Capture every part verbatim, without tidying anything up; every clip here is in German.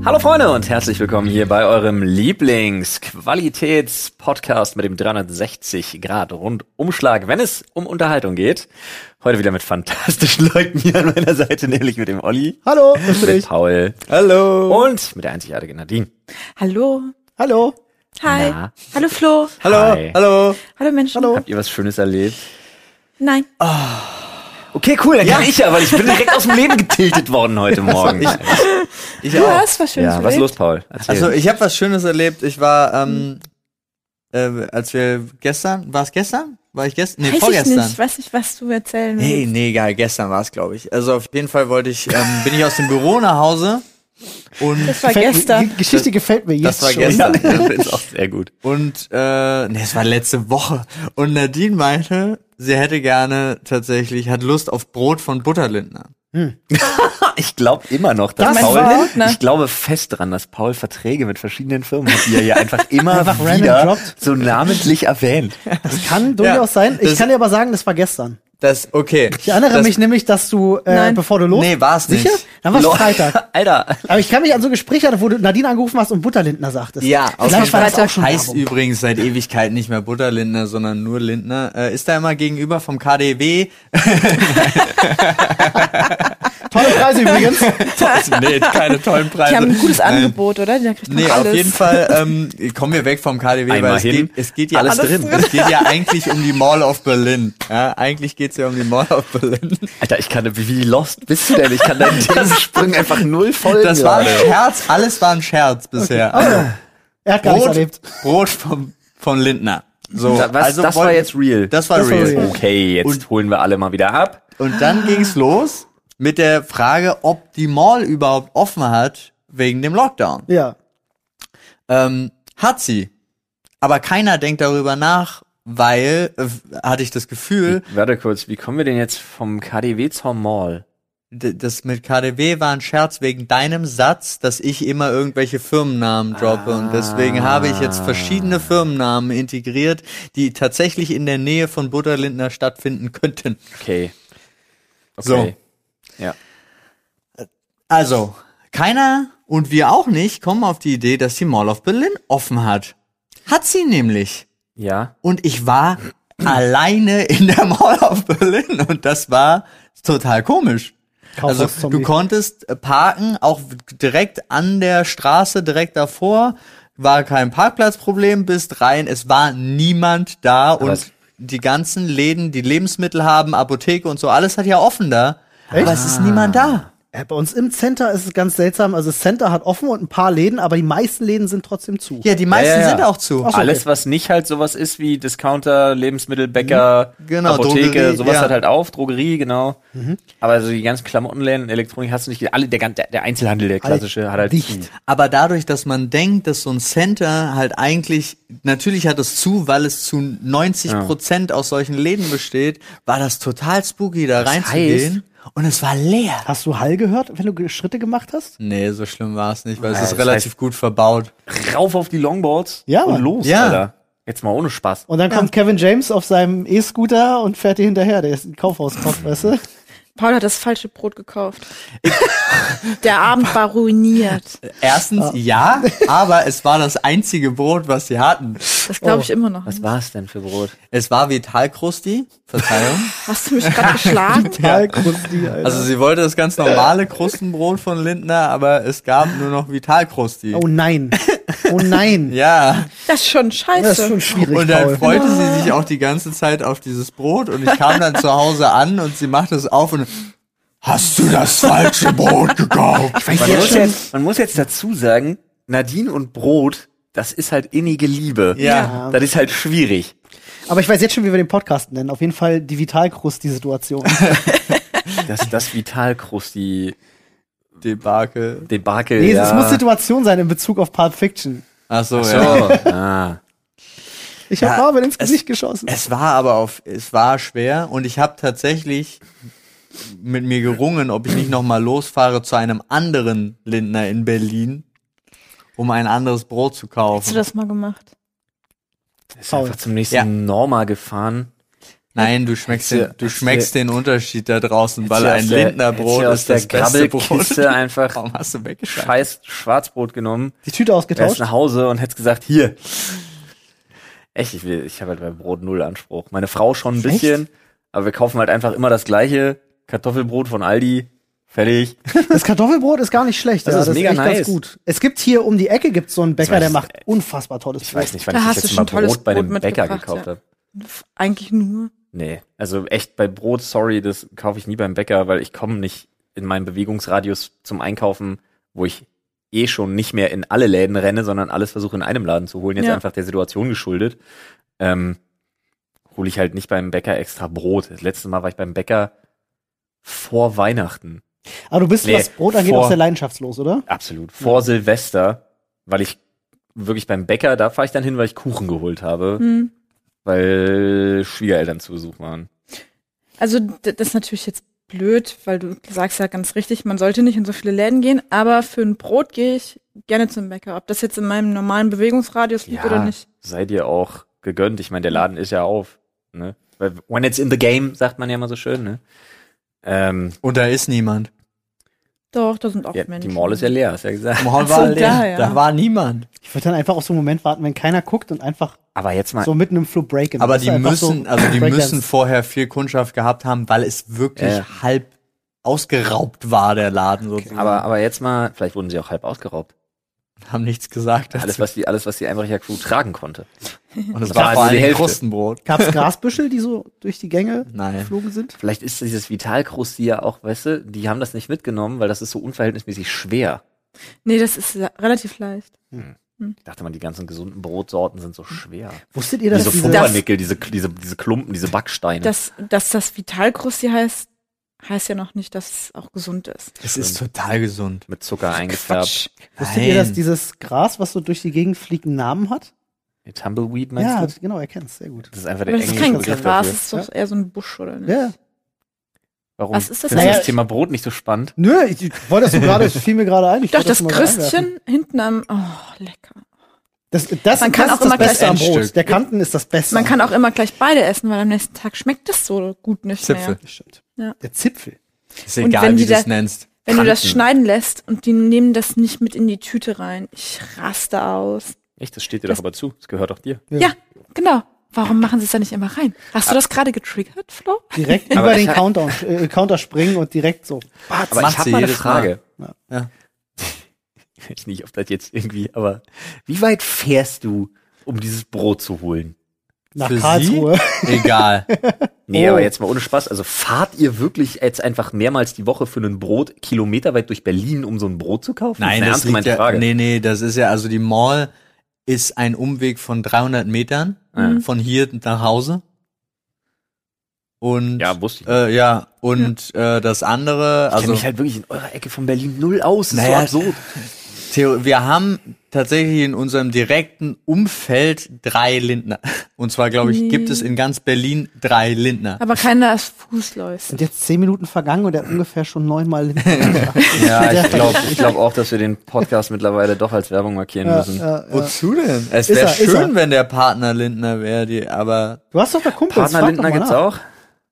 Hallo Freunde und herzlich willkommen hier bei eurem Lieblings-Qualitäts-Podcast mit dem dreihundertsechzig Grad Rundumschlag, wenn es um Unterhaltung geht. Heute wieder mit fantastischen Leuten hier an meiner Seite, nämlich mit dem Olli. Hallo, mit Paul. Hallo. Und mit der einzigartigen Nadine. Hallo. Hallo. Hi. Na? Hallo Flo. Hallo. Hi. Hallo. Hallo Menschen. Hallo. Habt ihr was Schönes erlebt? Nein. Okay, cool, dann kann ich ja, weil ich bin direkt aus dem Leben getiltet worden heute Morgen. Ich Du auch. hast was Schönes Ja, was ist erlebt? los, Paul? Erzähl. Also ich habe was Schönes erlebt. Ich war, ähm, äh, als wir gestern, war es gestern? War ich gestern? Nee, Weiß ich vorgestern. nicht. Weiß nicht, was du erzählen willst. Nee, nee, egal, gestern war es, glaube ich. Also auf jeden Fall wollte ich, ähm, bin ich aus dem Büro nach Hause und Das war Gefällt gestern. Mir, die Geschichte gefällt mir jetzt das war schon. gestern. ja, das ist auch sehr gut. Und äh, nee, es war letzte Woche. Und Nadine meinte, sie hätte gerne tatsächlich, hat Lust auf Brot von Butterlindner. Ich glaube immer noch, dass Das Paul, war- Ne? ich glaube fest dran, dass Paul Verträge mit verschiedenen Firmen hat, die er hier einfach immer Einfach random wieder droppt. so namentlich erwähnt. Das kann durchaus sein. Ich das- kann dir aber sagen, das war gestern. Das, okay. Ich erinnere das, mich nämlich, dass du, äh, Nein. bevor du los... Nee, war's nicht. Sicher? Dann war es Lol. Freitag. Alter. Aber ich kann mich an so Gespräche erinnern, wo du Nadine angerufen hast und Butterlindner sagtest. Ja, auf Vielleicht jeden war das Fall. auch schon heißt Werbung. übrigens seit Ewigkeit nicht mehr Butterlindner, sondern nur Lindner. Äh, ist da immer gegenüber vom K D W. Tolle Preise übrigens. Nee, keine tollen Preise. Die haben ein gutes Nein. Angebot, oder? Da kriegt man Nee, alles. auf jeden Fall ähm, kommen wir weg vom K D W, Einmal weil es hin, geht, es geht ja alles alles drin. drin. Es geht ja eigentlich um die Mall of Berlin. Ja, eigentlich geht's ja um die Mall of Berlin. Alter, ich kann, wie wie lost bist du denn? Ich kann deinen Themensprung einfach null folgen. Das war ein gerade. Scherz, alles war ein Scherz bisher. Also, Er hat gar nichts Brot, erlebt. Brot vom, von Lindner. So, Da- Was, also das war wollten- jetzt real. Das war Das war real. real. Okay, jetzt Und- holen wir alle mal wieder ab. Und dann ging's los mit der Frage, ob die Mall überhaupt offen hat wegen dem Lockdown. Ja. Ähm, hat sie. Aber keiner denkt darüber nach, weil, äh, hatte ich das Gefühl, Warte kurz, wie kommen wir denn jetzt vom K D W zur Mall? d- das mit K D W war ein Scherz wegen deinem Satz, dass ich immer irgendwelche Firmennamen droppe. Und deswegen habe ich jetzt verschiedene Firmennamen integriert, die tatsächlich in der Nähe von Butterlindner stattfinden könnten. Okay. Okay. So. Ja. Also, keiner und wir auch nicht kommen auf die Idee, dass die Mall of Berlin offen hat. Hat sie nämlich. Ja. Und ich war alleine in der Mall of Berlin und das war total komisch. Also Kaufhaus-Zombie. du konntest äh, parken, auch direkt an der Straße, direkt davor, war kein Parkplatzproblem, bist rein, es war niemand da und es- die ganzen Läden, die Lebensmittel haben, Apotheke und so, alles hat ja offen da, aber es ist niemand da. Äh, Bei uns im Center ist es ganz seltsam. Also das Center hat offen und ein paar Läden, aber die meisten Läden sind trotzdem zu. Ja, die meisten Ja, ja, ja. sind auch zu. Ach so. Alles, okay. was nicht halt sowas ist wie Discounter, Lebensmittel, Bäcker, Genau, Apotheke, Drogerie, sowas ja. hat halt auf, Drogerie, genau. Aber also die ganzen Klamottenläden, Elektronik hast du nicht, alle, der, gan- der, der Einzelhandel, der klassische, hat halt dicht. zu. Aber dadurch, dass man denkt, dass so ein Center halt eigentlich, natürlich hat es zu, weil es zu neunzig Prozent aus solchen Läden besteht, war das total spooky, da reinzugehen. Und es war leer. Hast du Hall gehört, wenn du Ge- Schritte gemacht hast? Nee, so schlimm war es nicht, weil Ja, es ist das relativ heißt- gut verbaut. Rauf auf die Longboards Ja, und Mann. los, Ja. Alter. Jetzt mal ohne Spaß. Und dann kommt Kevin James auf seinem E-Scooter und fährt dir hinterher. Der ist ein Kaufhauskopf, weißt du? Paul hat das falsche Brot gekauft. Der Abend war ruiniert. Erstens, ja, aber es war das einzige Brot, was sie hatten. Das glaube Oh. ich immer noch. Was war es denn für Brot? Es war Vitalkrusti, Verzeihung. Hast du mich gerade geschlagen? Total Krusti, Alter. Also sie wollte das ganz normale Krustenbrot von Lindner, aber es gab nur noch Vitalkrusti. Oh nein. Oh nein. Ja. Das ist schon scheiße. Das ist schon schwierig, Und dann Paul. freute sie sich auch die ganze Zeit auf dieses Brot und ich kam dann zu Hause an und sie machte es auf und hast du das falsche Brot gekauft? Man muss, jetzt, man muss jetzt dazu sagen, Nadine und Brot, das ist halt innige Liebe. Ja. Das ist halt schwierig. Aber ich weiß jetzt schon, wie wir den Podcast nennen. Auf jeden Fall die Vitalkrusti-Situation. Das, das Vitalkrusti Debakel. Debakel. Nee, ja. es muss Situation sein in Bezug auf Pulp Fiction. Ach so, So, ja. ah. Ich habe Ja, Marvin ins es- Gesicht geschossen. Es war aber auf, es war schwer und ich habe tatsächlich mit mir gerungen, ob ich nicht nochmal losfahre zu einem anderen Lindner in Berlin, um ein anderes Brot zu Hast du kaufen. das mal gemacht? Ist Paul. einfach zum nächsten Ja. Norma gefahren. Nein, du schmeckst, den, du schmeckst den Unterschied da draußen, weil Hättest ein du aus der- Lindnerbrot hättest du aus ist der das beste Brot. Grabbelkiste einfach Warum hast du weggeschickt? scheiß Schwarzbrot genommen, Die Tüte wärst ausgetauscht. nach Hause und hättest gesagt, hier. Echt, ich will, ich habe halt bei Brot null Anspruch. Meine Frau schon ein Echt? bisschen, aber wir kaufen halt einfach immer das gleiche Kartoffelbrot von Aldi. Fertig. Das Kartoffelbrot ist gar nicht schlecht. Das ja, ist das mega ist echt nice. ganz gut. Es gibt hier um die Ecke gibt's so einen Bäcker, weiß der ich- macht unfassbar tolles Ich Brot. weiß nicht, wann Da ich hast das du letzte schon Mal tolles Brot bei einem Brot Bäcker mitgebracht, gekauft ja. habe. F- Eigentlich nur. Nee, also echt bei Brot, sorry, das kaufe ich nie beim Bäcker, weil ich komme nicht in meinen Bewegungsradius zum Einkaufen, wo ich eh schon nicht mehr in alle Läden renne, sondern alles versuche in einem Laden zu holen, jetzt Ja. einfach der Situation geschuldet. Ähm, hole ich halt nicht beim Bäcker extra Brot. Das letzte Mal war ich beim Bäcker vor Weihnachten. Aber du bist, Nee, was Brot angeht, vor- auch sehr leidenschaftslos, oder? Absolut. Vor Silvester, weil ich wirklich beim Bäcker, da fahre ich dann hin, weil ich Kuchen geholt habe, Hm. weil Schwiegereltern zu Besuch waren. Also d- das ist natürlich jetzt blöd, weil du sagst ja ganz richtig, man sollte nicht in so viele Läden gehen, aber für ein Brot gehe ich gerne zum Bäcker. Ob das jetzt in meinem normalen Bewegungsradius liegt oder nicht. Sei dir auch gegönnt. Ich meine, der Laden ist ja auf. Ne? Weil when it's in the game, sagt man ja immer so schön. Ne? Ähm, Und da ist niemand. Doch, da sind auch ja, die Menschen. Mall ist ja leer, hast ja gesagt. Mall Ach so, war leer. da, ja. Da war niemand. Ich würde dann einfach auf so einen Moment warten, wenn keiner guckt und einfach Aber jetzt mal, so mitten im Flow breaken. Aber Weißt die du, einfach müssen, so also die Breakdance. müssen vorher viel Kundschaft gehabt haben, weil es wirklich Ja. halb ausgeraubt war, der Laden sozusagen. aber, aber jetzt mal, vielleicht wurden sie auch halb ausgeraubt. haben nichts gesagt. Alles, was die, alles, was die Einbrecher Crew tragen konnte. Und es das war war vor also die allem Hälfte. Krustenbrot. Gab's Grasbüschel, die so durch die Gänge Nein. geflogen sind? Vielleicht ist dieses Vitalkrusti ja auch, weißt du, die haben das nicht mitgenommen, weil das ist so unverhältnismäßig schwer. Nee, das ist ja relativ leicht. Ich dachte mal, die ganzen gesunden Brotsorten sind so schwer. Wusstet ihr, dass Diese diese, das- Pumpernickel, diese, diese, diese Klumpen, diese Backsteine. Dass, dass das Vitalkrusti heißt, heißt ja noch nicht, dass es auch gesund ist. Es ist total gesund. mit Zucker eingefärbt. wusstet ihr, dass dieses Gras, was so durch die Gegend fliegt, einen Namen hat? Nee, Tumbleweed meinst Ja, du? genau, er kennt's, sehr gut. Das ist einfach der Aber das ist englische kein Begriff Gras, dafür. das ist doch eher so ein Busch, oder nicht? Ja. Warum Was ist das findest du denn? das Thema Brot nicht so spannend? Nö, ich, ich wollte das so gerade, es fiel mir gerade ein. Ich Doch, wollte das mal so einwerfen. Krüstchen hinten am, oh, lecker. Das, das, Man kann das auch ist das immer Beste gleich am ein Brot. Stück. Der Kanten ist das Beste. Man am kann auch immer gleich beide essen, weil am nächsten Tag schmeckt das so gut nicht Zipfel. mehr. Brot. Stimmt. Ja. Der Zipfel. Ist Und egal, wenn wie die du es da- nennst. Wenn du das Kanten. schneiden lässt und die nehmen das nicht mit in die Tüte rein, ich raste aus. Echt, das steht dir Das- doch aber zu. Das gehört auch dir. Ja. Ja, genau. Warum machen sie es da nicht immer rein? Hast du das gerade getriggert, Flo? Direkt Aber über ich den hab- Counter, äh, Counter springen und direkt so. Aber macht ich habe sie mal eine jedes Frage. Mal. Ja. Ich weiß nicht, ob das jetzt irgendwie, aber wie weit fährst du, um dieses Brot zu holen? Nach Für Karlsruhe. Sie? Egal. Nee, Oh. aber jetzt mal ohne Spaß. Also fahrt ihr wirklich jetzt einfach mehrmals die Woche für ein Brot kilometerweit durch Berlin, um so ein Brot zu kaufen? Nein, das das ist eine ernst liegt ja, gemeinte Frage. nee, nee, das ist ja, also die Mall ist ein Umweg von dreihundert Metern Ja. von hier nach Hause. Und, Ja, wusste ich. äh, ja, und, äh, das andere, Ich also, kenne mich halt wirklich in eurer Ecke von Berlin null aus. Das ist Naja, so absurd. Theo, wir haben tatsächlich in unserem direkten Umfeld drei Lindner. Und zwar, glaube ich, Nee. gibt es in ganz Berlin drei Lindner. Aber keiner ist Fußläufig. Sind jetzt zehn Minuten vergangen und er hat ungefähr schon neunmal Linden. Ja, ich glaube ich glaub auch, dass wir den Podcast mittlerweile doch als Werbung markieren ja, müssen. ja, ja. Wozu denn? Es Ist wäre er, ist schön, er. wenn der Partner Lindner wäre, die, aber Du hast doch da Kumpels. Partner frag Lindner doch mal gibt's nach. auch.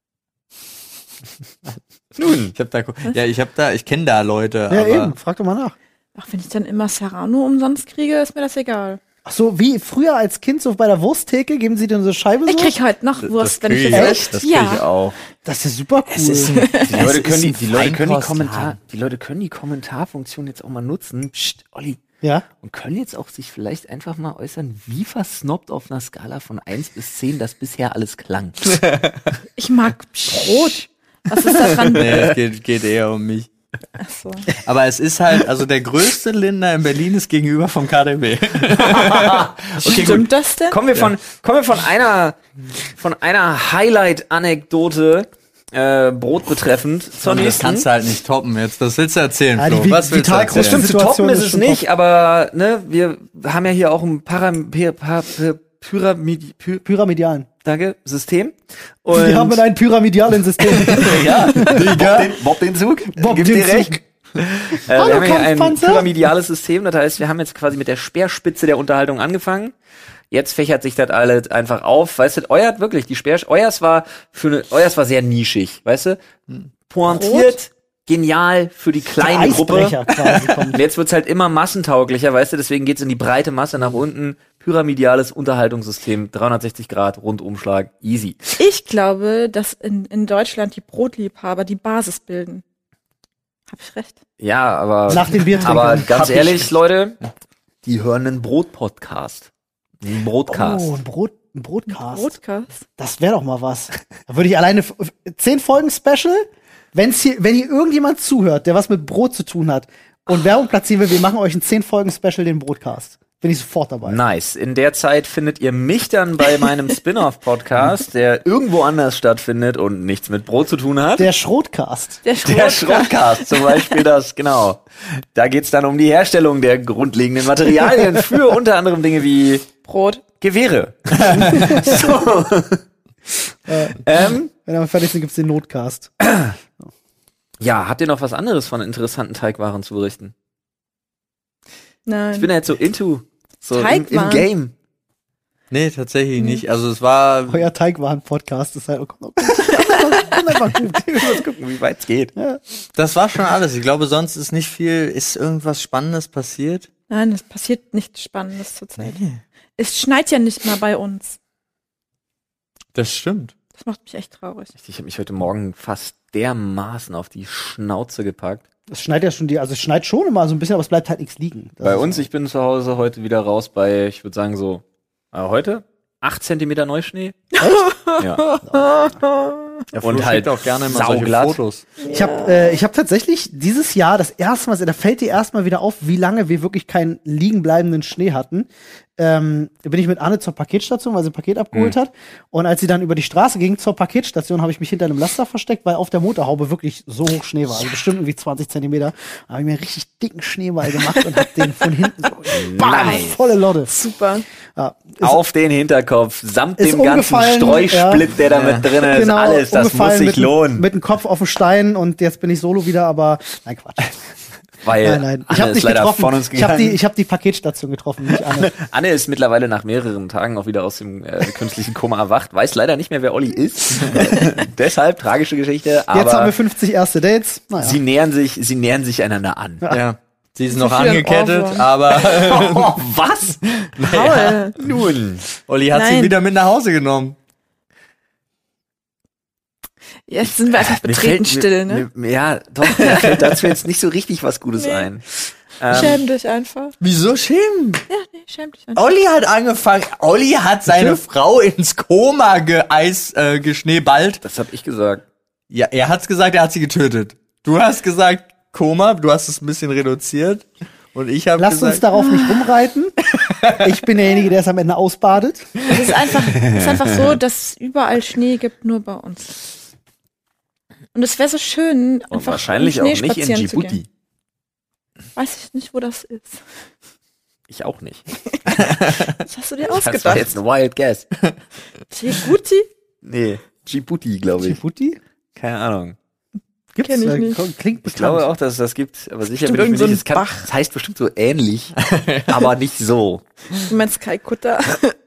Nun, ich habe da, ja, ich habe da, ich kenne da Leute, Ja, aber eben. Frag doch mal nach. Ach, wenn ich dann immer Serrano umsonst kriege, ist mir das egal. Ach so, wie früher als Kind so bei der Wursttheke, geben sie dir so eine Scheibe Ich so? krieg heute noch Wurst, wenn ich krieg jetzt ich echt. das krieg ich Ja, auch. Das ist ja super cool. es ist ein, Die Leute, können die, ist ein die, Leute können die, Feinkostladen. Kommentar, die Leute können die Kommentarfunktion jetzt auch mal nutzen. Psst, Olli. ja. Und können jetzt auch sich vielleicht einfach mal äußern, wie versnobbt auf einer Skala von eins bis zehn das bisher alles klang. ich mag Brot. Was ist da dran? Nee, es geht, geht eher um mich. Ach so. Aber es ist halt, also der größte Lindner in Berlin ist gegenüber vom K D B. Okay, Stimmt das denn? Kommen wir von, kommen wir von einer, von einer Highlight-Anekdote, äh, Brot betreffend zur Und das nächsten. kannst du halt nicht toppen jetzt. Was willst du erzählen, Ja, die Flo? Vi- Was willst du Vitalkruste- erzählen? Stimmt, zu Situation toppen ist ist es schon nicht, aber ne, wir haben ja hier auch ein Param Py- Pa- Py- Pyramid, Py- Pyramidalen. danke, System. Und Wir haben ein pyramidalen System. ja, Bob den, Bob den Zug. Bob Gibt den dir Zug. recht. Äh, Hallo, wir haben hier ein Kampfpanzer. pyramidales System, das heißt, wir haben jetzt quasi mit der Speerspitze der Unterhaltung angefangen. Jetzt fächert sich das alles einfach auf. Weißt du, euer hat wirklich, die Speer, euers war für eine, euers war sehr nischig, weißt du? Pointiert, Brot? genial für die kleine Der Gruppe. Eisbrecher quasi kommt. Und jetzt wird's halt immer massentauglicher, weißt du? Deswegen geht's in die breite Masse nach unten. Pyramidales Unterhaltungssystem, dreihundertsechzig Grad, Rundumschlag, easy. Ich glaube, dass in, in Deutschland die Brotliebhaber die Basis bilden. Hab ich recht? Ja, aber, Nach dem Biertrinken. aber Hab ganz ich ehrlich, recht. Leute, die hören einen Brot-Podcast. Ein Brotcast. Oh, ein Brot, ein Brotcast. Broadcast. Das wäre doch mal was. Da würde ich alleine f- f- zehn Folgen Special, wenn's hier, wenn hier irgendjemand zuhört, der was mit Brot zu tun hat und Werbung platzieren will, wir machen euch ein zehn Folgen Special, den Brotcast. Bin ich sofort dabei. Nice. In der Zeit findet ihr mich dann bei meinem Spin-off-Podcast, der irgendwo anders stattfindet und nichts mit Brot zu tun hat. Der Schrotcast. Der Der Schrotcast. Schrottcast, zum Beispiel das, genau. Da geht's dann um die Herstellung der grundlegenden Materialien für unter anderem Dinge wie Brot. Gewehre. so. ähm, Wenn wir fertig sind, gibt's den Notcast. ja, habt ihr noch was anderes von interessanten Teigwaren zu berichten? Nein. Ich bin ja jetzt so into, so im, im Teigwaren. Game. Nee, tatsächlich nicht. Also es war, Euer Teigwaren-Podcast ist halt, oh Gott, oh Gott. Ich muss gucken, wie weit es geht. das war schon alles. Ich glaube, sonst ist nicht viel, ist irgendwas Spannendes passiert? Nein, es passiert nichts Spannendes zurzeit. Es schneit ja nicht mal bei uns. Das stimmt. Das macht mich echt traurig. Ich habe mich heute Morgen fast dermaßen auf die Schnauze gepackt. Das schneit ja schon die, also es schneit schon immer so ein bisschen, aber es bleibt halt nichts liegen. Das Bei ist- uns, ich bin zu Hause heute wieder raus bei, ich würde sagen so, äh, heute acht Zentimeter Neuschnee. Ja. Ja, Und Flo halt schickt auch gerne immer solche sauglatt. Fotos. Ich habe äh, ich hab tatsächlich dieses Jahr das erste Mal, da fällt dir erstmal wieder auf, wie lange wir wirklich keinen liegenbleibenden Schnee hatten. Ähm, da bin ich mit Anne zur Paketstation, weil sie ein Paket abgeholt Mhm. hat. Und als sie dann über die Straße ging zur Paketstation, habe ich mich hinter einem Laster versteckt, weil auf der Motorhaube wirklich so hoch Schnee war. Also bestimmt irgendwie zwanzig Zentimeter. Da habe ich mir einen richtig dicken Schneeball gemacht und hab den von hinten so bam, Nice. volle Lotte. Super. Ja, ist, Auf den Hinterkopf, samt ist dem ganzen umgefallen, Streusplit, ja. der da mit drin ist, genau, alles, das muss umgefallen sich mit, lohnen. Mit dem Kopf auf den Stein und jetzt bin ich solo wieder, aber nein, Quatsch. Weil Nein, nein. Ich Anne habe ist dich leider getroffen. von uns ich habe gegangen. die, ich hab die Paketstation getroffen, nicht Anne. Anne ist mittlerweile nach mehreren Tagen auch wieder aus dem äh, künstlichen Koma erwacht, weiß leider nicht mehr, wer Olli ist. Deshalb tragische Geschichte, aber Jetzt haben wir fünfzig erste Dates. Naja. sie nähern sich, sie nähern sich einander an. Ja. Sie ist noch für ein angekettet, Ohrwurm. aber Oh, was? Paul. Nun. Olli hat sie Nein. wieder mit nach Hause genommen. Jetzt sind wir einfach Mir betreten fällt- still, mir, ne? Mir, ja, doch, mir fällt dazu jetzt nicht so richtig was Gutes Nee. ein. Ähm, Schäm dich einfach. Wieso schämen? Ja, nee, schäm dich einfach. Olli hat angefangen, Olli hat seine Frau ins Koma geeis, äh, geschneeballt. das habe ich gesagt. Ja, er hat's gesagt, er hat sie getötet. Du hast gesagt Koma, du hast es ein bisschen reduziert. Und ich habe Lasst uns gesagt, darauf nicht rumreiten. Ich bin derjenige, der es am Ende ausbadet. Es ist einfach, es ist einfach so, dass es überall Schnee gibt, nur bei uns. Und es wäre so schön, Und einfach wahrscheinlich im auch Schnee nicht in spazieren zu Djibouti. gehen. Weiß ich nicht, wo das ist. Ich auch nicht. Was hast du dir Das war ausgedacht? jetzt ein Wild Guess. Djibouti? Nee, Djibouti, glaube ich. Djibouti? Keine Ahnung. Gibt's? Kenn ich Äh, nicht. Klingt bekannt. Ich glaube auch, dass es das gibt, aber sicher Bestimmt bin ich mir irgend so nicht. ein Es, kann, Bach. es heißt bestimmt so ähnlich, aber nicht so. Du meinst Kalkutta?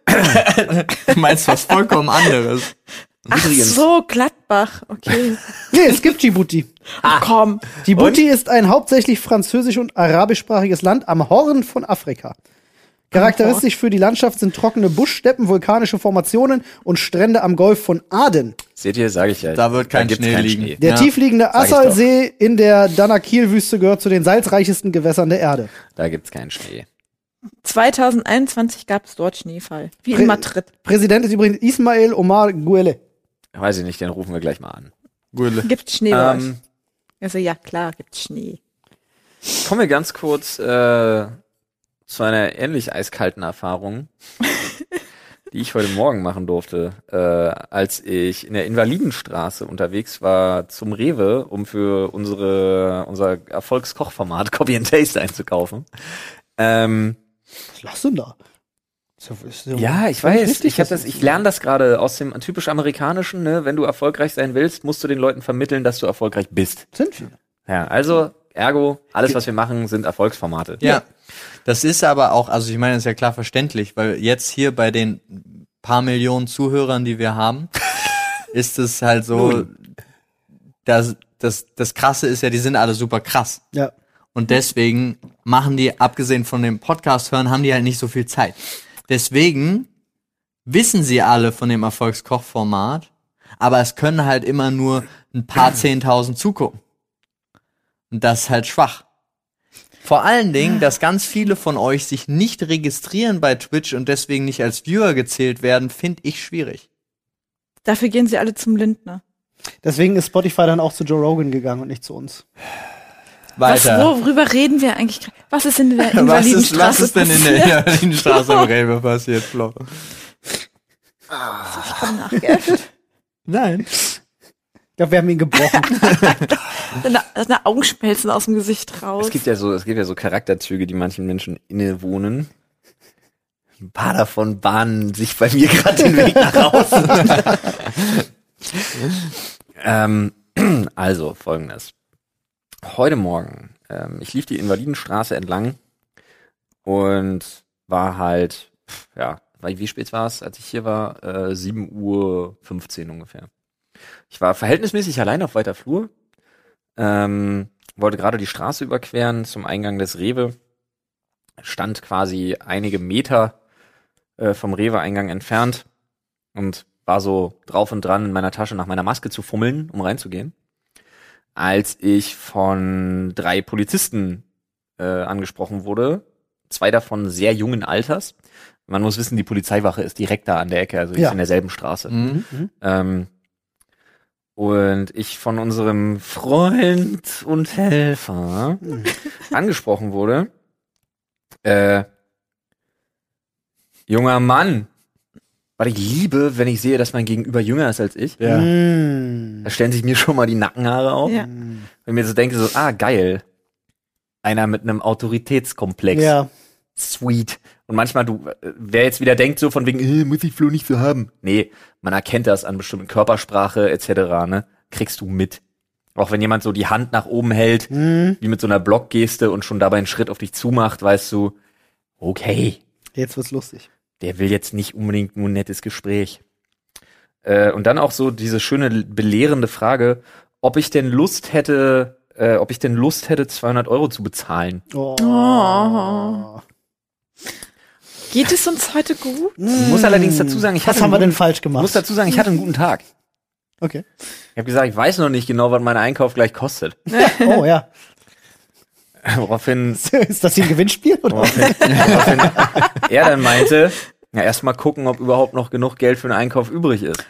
du meinst was vollkommen anderes. Ach Übrigens. so, Gladbach. Okay. Nee, es gibt Djibouti. Ach komm. Djibouti ist ein hauptsächlich französisch- und arabischsprachiges Land am Horn von Afrika. Charakteristisch für die Landschaft sind trockene Buschsteppen, vulkanische Formationen und Strände am Golf von Aden. Seht ihr, sage ich ja. Da wird kein gibt's Schnee keinen liegen. Schnee. Der Ja, tiefliegende sag ich doch. Assal-See in der Danakil-Wüste gehört zu den salzreichsten Gewässern der Erde. Da gibt's keinen Schnee. zweitausendeinundzwanzig gab es dort Schneefall. Wie Prä- in Madrid. Präsident ist übrigens Ismail Omar Guelleh. Weiß ich nicht, den rufen wir gleich mal an. Gulle. Gibt's Schnee bei euch? Ähm, Also ja, klar, gibt's Schnee. kommen wir ganz kurz äh, zu einer ähnlich eiskalten Erfahrung, die ich heute Morgen machen durfte, äh, als ich in der Invalidenstraße unterwegs war zum Rewe, um für unsere unser Erfolgskochformat Copy and Taste einzukaufen. Ähm, Was lachst du denn da? Ist ja- ist ja- Ja, ich ist ja nicht weiß. richtig, Ich habe dass- das. Ich lerne das gerade aus dem typisch amerikanischen. Ne? Wenn du erfolgreich sein willst, musst du den Leuten vermitteln, dass du erfolgreich bist. Sind wir. Ja, also ergo alles, was wir machen, sind Erfolgsformate. Ja. Das ist aber auch, also ich meine, das ist ja klar verständlich, weil jetzt hier bei den paar Millionen Zuhörern, die wir haben, ist es halt so, dass das, das Krasse ist ja, die sind alle super krass. Ja. Und deswegen machen die, abgesehen von dem Podcast hören, haben die halt nicht so viel Zeit. Deswegen wissen sie alle von dem Erfolgskochformat, aber es können halt immer nur ein paar Zehntausend zugucken. Und das ist halt schwach. Vor allen Dingen, dass ganz viele von euch sich nicht registrieren bei Twitch und deswegen nicht als Viewer gezählt werden, finde ich schwierig. Dafür gehen sie alle zum Lindner. Deswegen ist Spotify dann auch zu Joe Rogan gegangen und nicht zu uns. Weiter. Was, worüber reden wir eigentlich? gra- Was ist in der was, Invalidenstraße ist, was ist denn in der passiert? Invalidenstraße am Rewe passiert, Flo? Ich komm nachgeäfft. Nein. Ich glaube, wir haben ihn gebrochen. Eine, eine Augenschmelzen aus dem Gesicht raus. Es gibt ja so, es gibt ja so Charakterzüge, die manchen Menschen innewohnen. Ein paar davon bahnen sich bei mir gerade den Weg nach außen. ähm, also, folgendes. Heute Morgen, ähm, ich lief die Invalidenstraße entlang und war halt, pff, ja, wie spät war es, als ich hier war? Äh, sieben Uhr fünfzehn ungefähr. Ich war verhältnismäßig allein auf weiter Flur, ähm, wollte gerade die Straße überqueren zum Eingang des Rewe, stand quasi einige Meter äh, vom Rewe-Eingang entfernt und war so drauf und dran, in meiner Tasche nach meiner Maske zu fummeln, um reinzugehen, als ich von drei Polizisten äh, angesprochen wurde, zwei davon sehr jungen Alters. Man muss wissen, die Polizeiwache ist direkt da an der Ecke, also die Ja. ist in derselben Straße. Mhm. Ähm, und ich von unserem Freund und Helfer angesprochen wurde. Äh, junger Mann, was ich liebe, wenn ich sehe, dass mein Gegenüber jünger ist als ich. Ja. Mm. Da stellen sich mir schon mal die Nackenhaare auf. Ja. Wenn ich mir so denke, so, ah, geil. Einer mit einem Autoritätskomplex. Ja. Sweet. Und manchmal, du, äh, wer jetzt wieder denkt, so von wegen, äh, muss ich Flo nicht so haben. Nee, man erkennt das an bestimmten Körpersprache et cetera, ne? Kriegst du mit. Auch wenn jemand so die Hand nach oben hält, Mm. wie mit so einer Blockgeste und schon dabei einen Schritt auf dich zumacht, weißt du, okay, Jetzt wird's lustig. der will jetzt nicht unbedingt nur ein nettes Gespräch. Äh, und dann auch so diese schöne belehrende Frage, ob ich denn Lust hätte, äh, ob ich denn Lust hätte, zweihundert Euro zu bezahlen. Oh. Oh. Geht es uns heute gut? Ich muss allerdings dazu sagen, ich Was hatte haben wir einen denn guten, falsch ich gemacht? muss dazu sagen, ich hatte einen guten Tag. Okay. Ich habe gesagt, ich weiß noch nicht genau, was mein Einkauf gleich kostet. Oh ja. Woraufhin, Ist das hier ein Gewinnspiel? Oder? woraufhin, woraufhin er dann meinte, ja, erstmal gucken, ob überhaupt noch genug Geld für einen Einkauf übrig ist.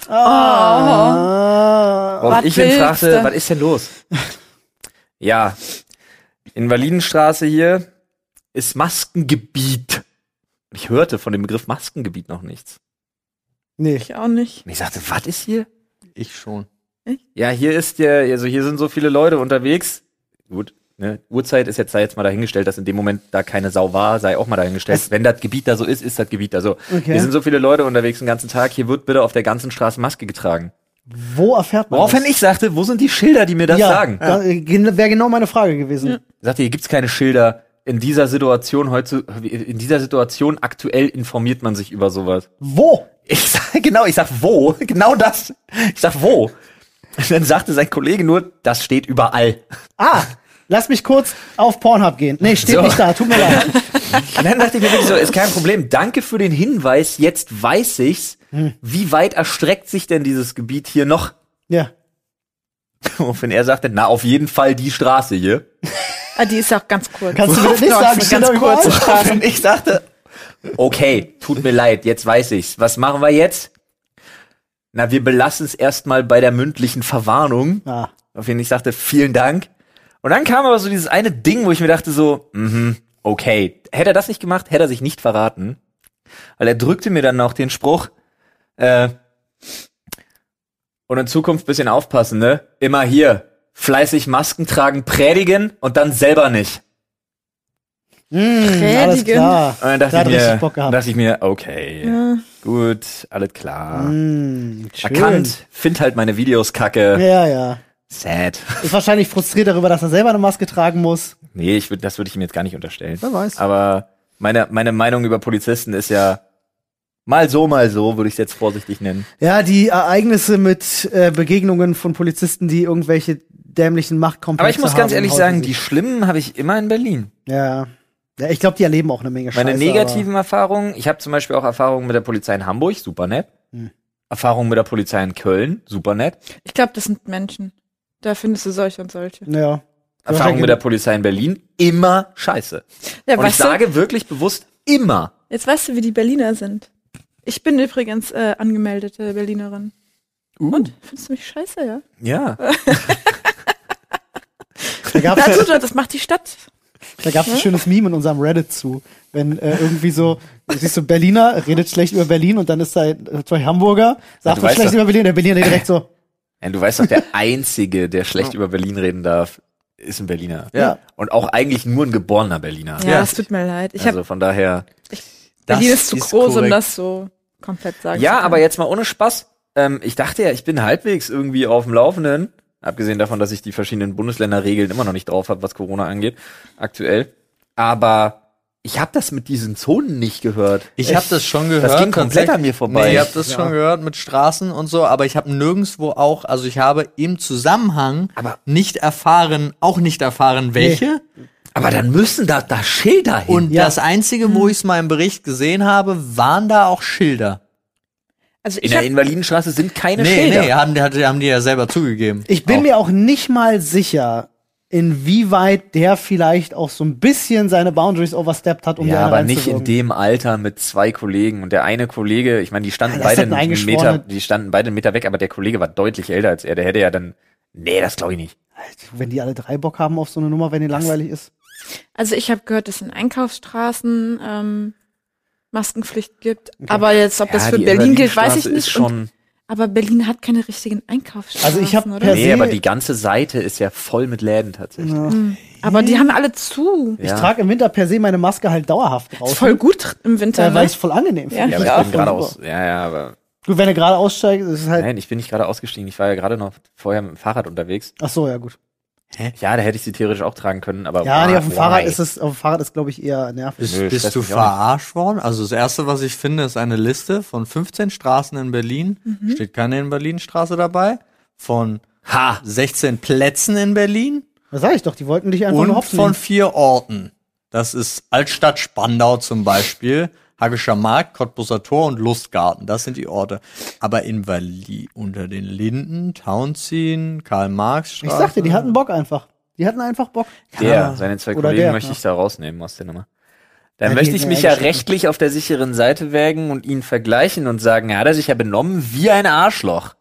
Ah. Worauf Was ich ihn willst fragte, du? was ist denn los? Ja, Invalidenstraße hier ist Maskengebiet. Ich hörte von dem Begriff Maskengebiet noch nichts. Nee. Ich auch nicht. Und ich sagte, was ist hier? Ich schon. Ja, hier ist der, also hier sind so viele Leute unterwegs. Gut, ne, Uhrzeit ist jetzt da jetzt mal dahingestellt, dass in dem Moment da keine Sau war, sei auch mal dahingestellt. Was? Wenn das Gebiet da so ist, ist das Gebiet da so. Okay. Hier sind so viele Leute unterwegs den ganzen Tag, hier wird bitte auf der ganzen Straße Maske getragen. Wo erfährt man Woraufhin das? ich sagte, wo sind die Schilder, die mir das ja, sagen? da, äh, wäre genau meine Frage gewesen. Ja. Ich sagte, hier gibt's keine Schilder. In dieser Situation heute, in dieser Situation aktuell informiert man sich über sowas. Wo? Ich sag, genau, ich sag, wo? Genau das. Ich sag, wo? Und dann sagte sein Kollege nur, das steht überall. Ah, lass mich kurz auf Pornhub gehen. Nee, steht So. nicht da, tut mir leid. Und dann dachte ich mir wirklich so, ist kein Problem. Danke für den Hinweis. Jetzt weiß ich's. Wie weit erstreckt sich denn dieses Gebiet hier noch? Ja. Woraufhin er sagte, na, auf jeden Fall die Straße hier. Ah, die ist ja auch ganz kurz. Kannst du mir das nicht Ja, sagen? ist Steht eine da ganz überall? kurze Straße. Und ich sagte, okay, tut mir leid, jetzt weiß ich's. Was machen wir jetzt? Na, wir belassen es erstmal bei der mündlichen Verwarnung. Ah. Auf jeden Fall ich sagte, vielen Dank. Und dann kam aber so dieses eine Ding, wo ich mir dachte so, mhm, okay. Hätte er das nicht gemacht, hätte er sich nicht verraten. Weil er drückte mir dann noch den Spruch, äh, und in Zukunft bisschen aufpassen, ne? Immer hier, fleißig Masken tragen, predigen und dann selber nicht. Mm, alles Predigen. klar. Und dann dachte, Der hat ich, mir, richtig Bock gehabt. dachte ich mir, okay, Ja. gut, alles klar. Mm, schön. Erkannt, find halt meine Videos kacke. Ja, ja. Sad. Ist wahrscheinlich frustriert darüber, dass er selber eine Maske tragen muss. Nee, ich würd, das würde ich ihm jetzt gar nicht unterstellen. Wer weiß. Aber meine, meine Meinung über Polizisten ist ja mal so, mal so, würde ich es jetzt vorsichtig nennen. Ja, die Ereignisse mit äh, Begegnungen von Polizisten, die irgendwelche dämlichen Machtkomplexe haben. Aber ich muss ganz ehrlich häufen sagen, sich. die schlimmen habe ich immer in Berlin. Ja. Ja, ich glaube, die erleben auch eine Menge Scheiße. Meine negativen Erfahrungen, ich habe zum Beispiel auch Erfahrungen mit der Polizei in Hamburg, super nett. Hm. Erfahrungen mit der Polizei in Köln, super nett. Ich glaube, das sind Menschen. Da findest du solche und solche. Aber, ja. Erfahrungen mit der Polizei in Berlin, immer scheiße. Ja, Und ich weißt du, sage wirklich bewusst immer. jetzt weißt du, wie die Berliner sind. Ich bin übrigens äh, angemeldete Berlinerin. Uh. Und? Findest du mich scheiße, ja? Ja. Da gab's Na ja, gut, das macht die Stadt. da gab's ein schönes Meme in unserem Reddit zu. Wenn äh, irgendwie so, siehst du, Berliner redet schlecht über Berlin und dann ist da äh, zum Beispiel Hamburger, sagt du was weißt schlecht doch. über Berlin, der Berliner direkt so, Ja, du weißt doch, der Einzige, der schlecht über Berlin reden darf, ist ein Berliner. Ja. Und auch eigentlich nur ein geborener Berliner. Ja, das tut mir leid. Ich hab, Also von daher. Berlin Das ist zu ist groß, um korrekt. das so komplett sagen Ja, zu können. aber jetzt mal ohne Spaß. Ähm, ich dachte ja, ich bin halbwegs irgendwie auf dem Laufenden. Abgesehen davon, dass ich die verschiedenen Bundesländer-Regeln immer noch nicht drauf habe, was Corona angeht, aktuell. Aber ich habe das mit diesen Zonen nicht gehört. Ich habe das schon gehört. Das ging komplett tatsächlich. an mir vorbei. Nee, ich habe das schon gehört mit Straßen und so, aber ich habe nirgendwo auch, also ich habe im Zusammenhang Aber- nicht erfahren, auch nicht erfahren, welche. Aber dann müssen da, da Schilder hin. Und Ja. das Einzige, wo ich es mal im Bericht gesehen habe, waren da auch Schilder. Also in ich der hab, Invalidenstraße sind keine Nee, Schilder. nee, haben, die- haben die ja selber zugegeben. ich bin Auch. mir auch nicht mal sicher, inwieweit der vielleicht auch so ein bisschen seine Boundaries overstepped hat, um Ja, da aber nicht in reinzuwirken. dem Alter mit zwei Kollegen. Und der eine Kollege, ich meine, die standen Ja, das ist beide halt ein einen Meter, eingeschworener- die standen beide einen Meter weg, aber der Kollege war deutlich älter als er. Der hätte ja dann, nee, das glaube ich nicht. Wenn die alle drei Bock haben auf so eine Nummer, wenn die langweilig ist. also ich habe gehört, dass in Einkaufsstraßen ähm, Maskenpflicht gibt. Aber jetzt, ob das Ja, für die Berlin gilt, weiß ich Invalidenstraße nicht. ist Und, schon, aber Berlin hat keine richtigen Einkaufsstraßen, Also ich hab oder? per nee, se- aber die ganze Seite ist ja voll mit Läden tatsächlich. Ja. Aber die haben alle zu. Ich Ja. trage im Winter per se meine Maske halt dauerhaft Ist raus. voll gut im Winter, äh, weil ne? ich es voll angenehm Ja, finde. Ja, aber Ja, ich bin voll gerade super. aus, ja, ja, aber, Gut, wenn du gerade aussteigst, ist es halt. nein, ich bin nicht gerade ausgestiegen. Ich war ja gerade noch vorher mit dem Fahrrad unterwegs. Ach so, ja gut. Ja, da hätte ich sie theoretisch auch tragen können, aber Ja, nee, auf dem why? Fahrrad ist es, auf dem Fahrrad ist, glaube ich, eher nervig. Bist, Nö, bist stresst du mich auch verarscht worden? Also das Erste, was ich finde, ist eine Liste von fünfzehn Straßen in Berlin. Mhm. Steht keine in Berlinstraße dabei. Von Ha! sechzehn Plätzen in Berlin. Das sag ich doch, die wollten dich einfach nur Und hops von nehmen. vier Orten. Das ist Altstadt Spandau zum Beispiel, Hagischer Markt, Cottbuser Tor und Lustgarten. Das sind die Orte. Aber in Berlin unter den Linden, Townsien, Karl-Marx-Straße. Ich sagte, die hatten Bock einfach. Die hatten einfach Bock. Der, Ja. seine zwei Oder Kollegen der, möchte ja. ich da rausnehmen aus der Nummer. Dann Ja, möchte die ich sind mich ja ja eingeschränkt. rechtlich auf der sicheren Seite wägen und ihn vergleichen und sagen, er hat er sich ja benommen wie ein Arschloch.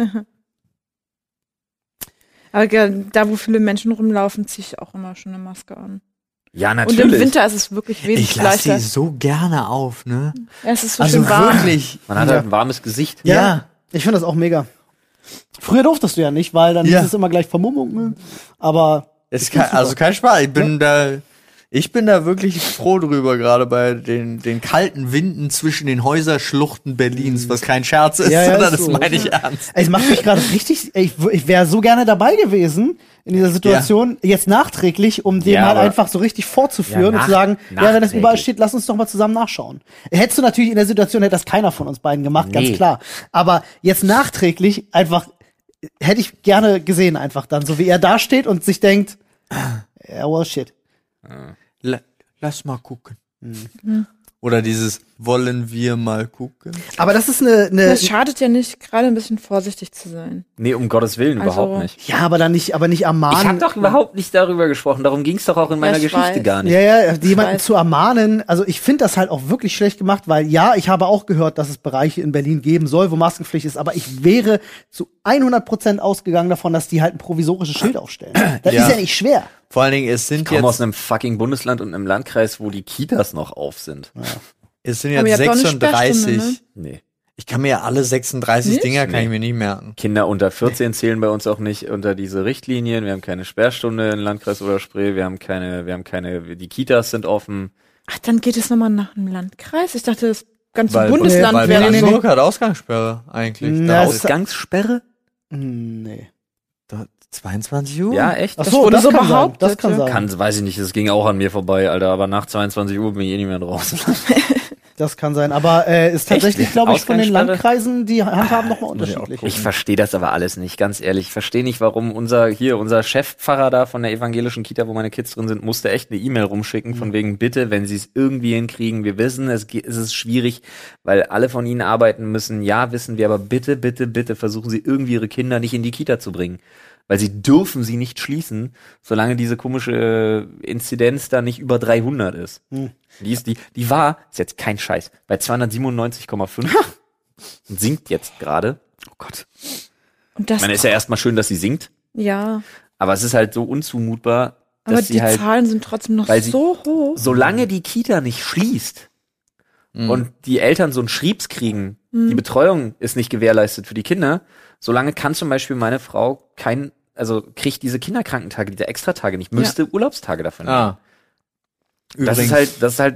Aber ge- da, wo viele Menschen rumlaufen, ziehe ich auch immer schon eine Maske an. Ja, Und natürlich. im Winter ist es wirklich wesentlich Ich lasse leichter. die so gerne auf, ne? Ja, es ist so Also schön warm. wirklich. Man hat Ja. halt ein warmes Gesicht. Ja. Ja. Ich finde das auch mega. Früher durftest du ja nicht, weil dann Ja. hieß es immer gleich Vermummung. Ne? Aber Es ist kein, also kein Spaß. Ich bin da, ich bin da wirklich froh drüber, gerade bei den, den kalten Winden zwischen den Häuserschluchten Berlins, was kein Scherz ist, Ja, ja, sondern ist das so. meine ich ernst. es macht mich gerade richtig, ich, w- ich wäre so gerne dabei gewesen in dieser Situation, jetzt nachträglich, um dem Ja, halt aber- einfach so richtig vorzuführen Ja, und nach- zu sagen, ja, wenn das nachträglich. überall steht, lass uns doch mal zusammen nachschauen. Hättest du natürlich in der Situation, hätte das keiner von uns beiden gemacht, ganz Nee. klar. Aber jetzt nachträglich einfach, hätte ich gerne gesehen einfach dann, so wie er da steht und sich denkt, ja, well, shit. La, lass mal gucken. Oder dieses, wollen wir mal gucken? Aber das ist eine, eine Das schadet ja nicht, gerade ein bisschen vorsichtig zu sein. Nee, um Gottes Willen, Also- überhaupt nicht. ja, aber dann nicht, aber nicht Ich ermahnen. habe doch überhaupt nicht darüber gesprochen. Darum ging es doch auch in meiner ich Geschichte weiß. gar nicht. Ja, ja, jemanden weiß. zu ermahnen, also ich finde das halt auch wirklich schlecht gemacht, weil ja, ich habe auch gehört, dass es Bereiche in Berlin geben soll, wo Maskenpflicht ist, aber ich wäre zu hundert Prozent ausgegangen davon, dass die halt ein provisorisches Schild aufstellen. Das Ja. ist ja nicht schwer. Vor allen Dingen, es Ich sind komme aus jetzt, einem fucking Bundesland und einem Landkreis, wo die Kitas noch auf sind. es sind Aber jetzt ihr habt doch eine sechsunddreißig. Sperrstunde, Nee. Ich kann mir ja alle sechsunddreißig Nicht? Dinger, kann Nee. ich mir nicht merken. Kinder unter vierzehn zählen bei uns auch nicht unter diese Richtlinien. Wir haben keine Sperrstunde in Landkreis oder Spree. Wir haben keine, wir haben keine, die Kitas sind offen. Ach, dann geht es nochmal nach einem Landkreis? Ich dachte, das ganze Weil, Bundesland weil wäre nee, nee, Brandenburg hat Ausgangssperre eigentlich. Na, Da es- aus- Ausgangssperre? Hm, nee. da, zweiundzwanzig Uhr? Ja, echt? Ach Das so, wurde das so kann sein. behauptet, Das kann ja. sein. Kann, weiß ich nicht, das ging auch an mir vorbei, Alter, aber nach zweiundzwanzig Uhr bin ich eh nicht mehr draußen. Das kann sein. Aber äh, ist tatsächlich, Echt? glaube ich, von den Ausgangssperre? Landkreisen, die handhaben nochmal muss ich auch unterschiedlich. Ich verstehe das aber alles nicht, ganz ehrlich. Ich verstehe nicht, warum unser, hier, unser Chefpfarrer da von der evangelischen Kita, wo meine Kids drin sind, musste echt eine E-Mail rumschicken, von wegen, bitte, wenn sie es irgendwie hinkriegen, wir wissen, es, ge- es ist schwierig, weil alle von ihnen arbeiten müssen, ja, wissen wir, aber bitte, bitte, bitte versuchen sie irgendwie ihre Kinder nicht in die Kita zu bringen. Weil sie dürfen sie nicht schließen, solange diese komische äh, Inzidenz da nicht über dreihundert ist. Hm. Die ist, die, die war, ist jetzt kein Scheiß, bei zweihundertsiebenundneunzig Komma fünf und sinkt jetzt gerade. Oh Gott. Und das, Ich meine, ist ja erstmal schön, dass sie sinkt, ja, aber es ist halt so unzumutbar, aber dass die sie halt, Zahlen sind trotzdem noch weil sie- so hoch. solange die Kita nicht schließt Mhm. und die Eltern so einen Schriebs kriegen, die Betreuung ist nicht gewährleistet für die Kinder, solange kann zum Beispiel meine Frau kein, also kriegt diese Kinderkrankentage, diese Extratage nicht, müsste Urlaubstage davon nehmen. Ah. Das Übrigens, ist halt, das ist halt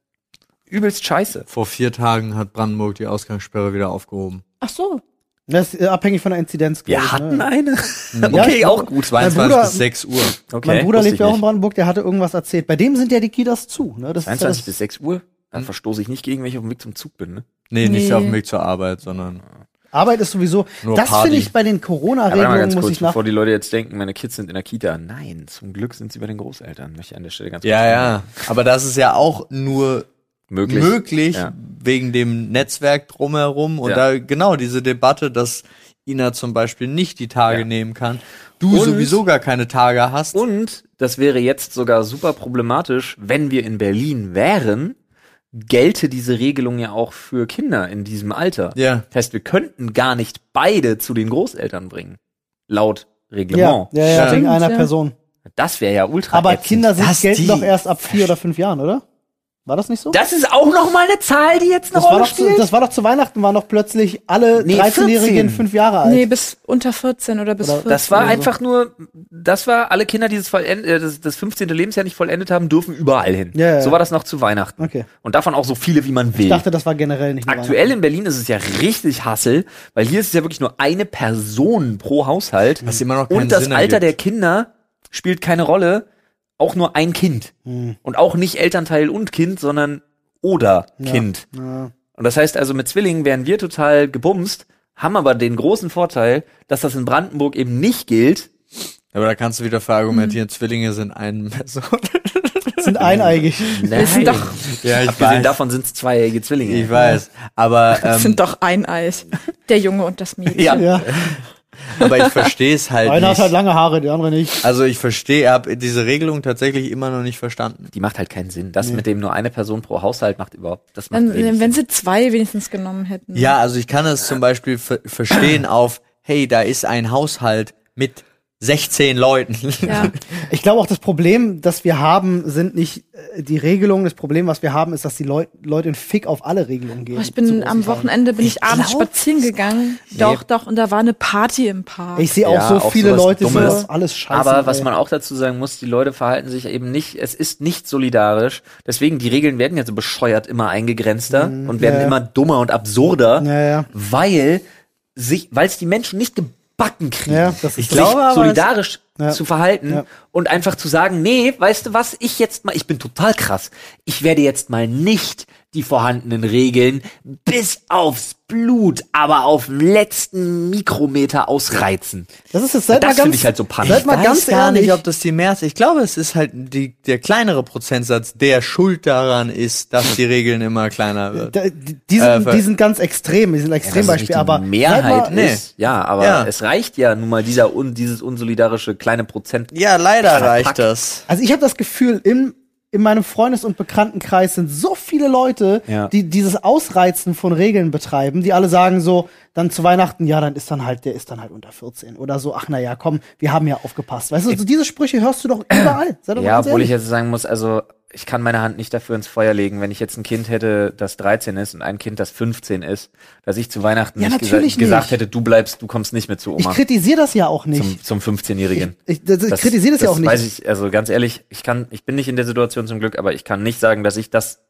übelst scheiße. vor vier Tagen hat Brandenburg die Ausgangssperre wieder aufgehoben. Ach so. Das ist äh, abhängig von der Inzidenz. glaub Wir ich, hatten ne? eine. Ja, Okay, ich- auch gut. zweiundzwanzig Bruder- bis sechs Uhr. Okay, Mein Bruder wusste lebt ich ja auch in nicht. Brandenburg, der hatte irgendwas erzählt. Bei dem sind ja die Kitas zu. Ne? Das zweiundzwanzig ist ja bis sechs Uhr? Da verstoße ich nicht gegen, wenn ich auf dem Weg zum Zug bin, ne? Nee, nicht Nee. auf dem Weg zur Arbeit, sondern das, Arbeit ist sowieso. Nur Das Party. finde ich bei den Aber warte mal Corona-Regelungen, ganz muss kurz, ich nach. bevor die Leute jetzt denken, meine Kids sind in der Kita. Nein, zum Glück sind sie bei den Großeltern. Möchte ich an der Stelle ganz ja, kurz ja. Aber das ist ja auch nur möglich. möglich, Ja. wegen dem Netzwerk drumherum und Ja. da genau diese Debatte, dass Ina zum Beispiel nicht die Tage Ja. nehmen kann, du Und- sowieso gar keine Tage hast. Und das wäre jetzt sogar super problematisch, wenn wir in Berlin wären, gelte diese Regelung ja auch für Kinder in diesem Alter. Ja. Das heißt, wir könnten gar nicht beide zu den Großeltern bringen. Laut Ja, Reglement. ja, ja, Ja. wegen einer Ja. Person. Das wäre ja ultra Aber ätzend. Kinder sind, dass gelten die- doch erst ab vier oder fünf Jahren, oder? War das nicht so? Das ist auch noch mal eine Zahl, die jetzt eine Das war, Rolle doch zu, spielt. das war doch zu Weihnachten, waren doch plötzlich alle Nee, dreizehnjährigen vierzehn. fünf Jahre alt. Nee, bis unter vierzehn oder bis Oder- vierzehn. Das war oder so. einfach nur, das war alle Kinder, die das, vollend, äh, das, das fünfzehnte Lebensjahr nicht vollendet haben, dürfen überall hin. Ja, ja, so ja. war das noch zu Weihnachten. Okay. Und davon auch so viele, wie man will. Ich dachte, das war generell nicht nur Aktuell in Berlin ist es ja richtig Hassel, weil hier ist es ja wirklich nur eine Person pro Haushalt. Was immer noch keinen Und das Sinn Alter ergibt. der Kinder spielt keine Rolle. Auch nur ein Kind. Hm. Und auch nicht Elternteil und Kind, sondern oder Kind. Ja. Und das heißt also, mit Zwillingen wären wir total gebumst, haben aber den großen Vorteil, dass das in Brandenburg eben nicht gilt. Aber da kannst du wieder verargumentieren, Zwillinge sind eine Person. Sind eineigig. Nein. sind doch- Ja, ich Abgesehen weiß. davon sind es zweijährige Zwillinge. Ich weiß. Aber, Das ähm, sind doch ein Eis. Der Junge und das Mädchen. Ja. Ja. aber ich verstehe es halt Einer hat nicht. halt lange Haare, der andere nicht. Also ich verstehe, habe diese Regelung tatsächlich immer noch nicht verstanden. Die macht halt keinen Sinn. Das mit dem nur eine Person pro Haushalt macht überhaupt, das macht Wenn, wenig wenn Sinn. sie zwei wenigstens genommen hätten. Ja, also ich kann es zum Beispiel ver verstehen auf, hey, da ist ein Haushalt mit sechzehn Leuten. Ja. Ich glaube auch, das Problem, das wir haben, sind nicht äh, die Regelungen. Das Problem, was wir haben, ist, dass die Leut Leute einen Fick auf alle Regelungen geben. Oh, ich zu bin großen am Teilen. Wochenende bin ich, Ich abends glaub- spazieren gegangen. Doch, doch, und da war eine Party im Park. Ich sehe auch Ja, so auch viele sowas Leute, die Dummes. das alles scheiße. Aber was ey. man auch dazu sagen muss, die Leute verhalten sich eben nicht, es ist nicht solidarisch. Deswegen, die Regeln werden ja so bescheuert immer eingegrenzter und werden ja, ja. immer dummer und absurder, Ja, ja. weil sich, weil es die Menschen nicht gebacken kriegen, Ja, das ist sich das- glaube aber, solidarisch Ja. zu verhalten Ja. und einfach zu sagen, nee, weißt du was, ich jetzt mal, ich bin total krass. Ich werde jetzt mal nicht die vorhandenen Regeln bis aufs Blut, aber auf den letzten Mikrometer ausreizen. Das ist jetzt seit Das mal ganz, finde ich halt so peinlich. Seid mal Ich ganz weiß gar ehrlich, nicht, ob das die Mehrheit. Ich glaube, es ist halt die, der kleinere Prozentsatz, der schuld daran ist, dass die Regeln immer kleiner wird. Da- die, die, Äh, sind, ver- die sind ganz extrem, die sind ein Dass es Extrembeispiel, nicht aber die Mehrheit seid mal, ist, ja, aber Ja. es reicht ja nun mal dieser un, dieses unsolidarische kleine Prozent. Ja, leider Verpackt. reicht das. Also ich habe das Gefühl, in, in meinem Freundes- und Bekanntenkreis sind so viele Leute, Ja. die dieses Ausreizen von Regeln betreiben, die alle sagen so, dann zu Weihnachten, ja, dann ist dann halt, der ist dann halt unter vierzehn oder so, ach na ja, komm, wir haben ja aufgepasst. Weißt du, so diese Sprüche hörst du doch überall. Sei doch mal Ja, ganz obwohl ich ehrlich. jetzt sagen muss, also ich kann meine Hand nicht dafür ins Feuer legen, wenn ich jetzt ein Kind hätte, das dreizehn ist und ein Kind, das fünfzehn ist, dass ich zu Weihnachten Ja, nicht, gesa natürlich gesagt nicht. hätte, du bleibst, du kommst nicht mit zu Ich Oma. kritisiere das ja auch nicht. Zum, zum fünfzehnjährigen. Ich, das, ich kritisiere das, ja auch nicht. Weiß ich, also ganz ehrlich, ich kann, ich bin nicht in der Situation zum Glück, aber ich kann nicht sagen, dass ich das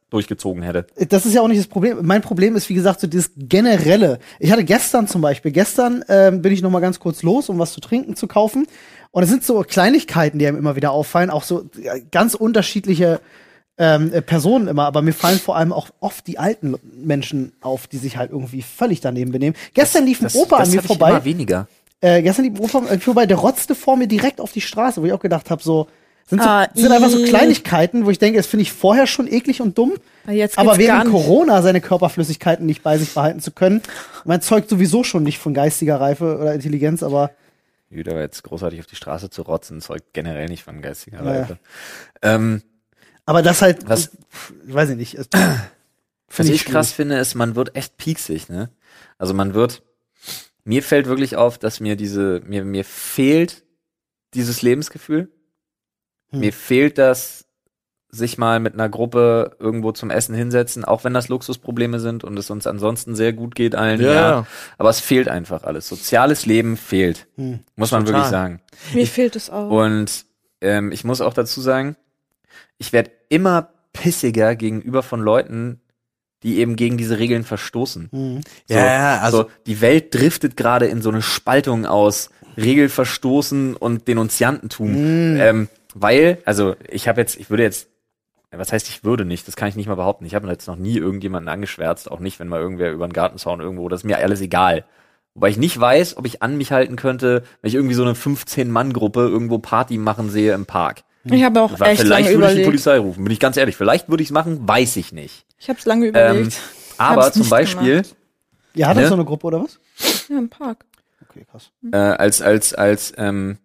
durchgezogen hätte. Das ist ja auch nicht das Problem. Mein Problem ist, wie gesagt, so dieses generelle. Ich hatte gestern zum Beispiel, gestern ähm, bin ich noch mal ganz kurz los, um was zu trinken zu kaufen. Und es sind so Kleinigkeiten, die einem immer wieder auffallen, auch so ja, ganz unterschiedliche ähm, Personen immer. Aber mir fallen vor allem auch oft die alten Menschen auf, die sich halt irgendwie völlig daneben benehmen. Gestern lief ein Das, Opa das an mir hab ich vorbei. immer weniger. Äh, gestern lief ein Opa an mir vorbei, der rotzte vor mir direkt auf die Straße, wo ich auch gedacht habe, so sind, so, Ah, sind einfach so ih. Kleinigkeiten, wo ich denke, das finde ich vorher schon eklig und dumm. Jetzt Aber geht's gar während nicht. Corona seine Körperflüssigkeiten nicht bei sich behalten zu können, man zeugt sowieso schon nicht von geistiger Reife oder Intelligenz, aber Gut, aber jetzt großartig auf die Straße zu rotzen, zeugt generell nicht von geistiger Naja. Reife. Ähm, aber das halt, Was- ich weiß ich nicht. Es- Was Find ich ich krass schwierig. finde, ist, man wird echt pieksig, ne? Also man wird, mir fällt wirklich auf, dass mir diese, mir, mir fehlt dieses Lebensgefühl. Hm. Mir fehlt das, sich mal mit einer Gruppe irgendwo zum Essen hinsetzen, auch wenn das Luxusprobleme sind und es uns ansonsten sehr gut geht allen. Ja. Aber es fehlt einfach alles. Soziales Leben fehlt. Hm. Muss man Total. wirklich sagen. Mir fehlt es auch. Und ähm, ich muss auch dazu sagen, ich werde immer pissiger gegenüber von Leuten, die eben gegen diese Regeln verstoßen. Hm. So, Ja, ja, also- so, die Welt driftet gerade in so eine Spaltung aus Regelverstoßen und Denunziantentum. Hm. Ähm, weil, also ich habe jetzt, ich würde jetzt, was heißt ich würde nicht, das kann ich nicht mal behaupten. Ich habe jetzt noch nie irgendjemanden angeschwärzt, auch nicht, wenn mal irgendwer über den Gartenzaun irgendwo, das ist mir alles egal. Wobei ich nicht weiß, ob ich an mich halten könnte, wenn ich irgendwie so eine fünfzehn-Mann-Gruppe irgendwo Party machen sehe im Park. Ich habe auch Weil echt vielleicht lange würde ich die überlegt. Polizei rufen, bin ich ganz ehrlich. Vielleicht würde ich es machen, weiß ich nicht. Ich habe es lange Ähm, überlegt. aber Hab's zum nicht Beispiel, gemacht. Ihr hattet Ne? so eine Gruppe oder was? Ja, im Park. Okay, krass. äh, als, als, als, ähm,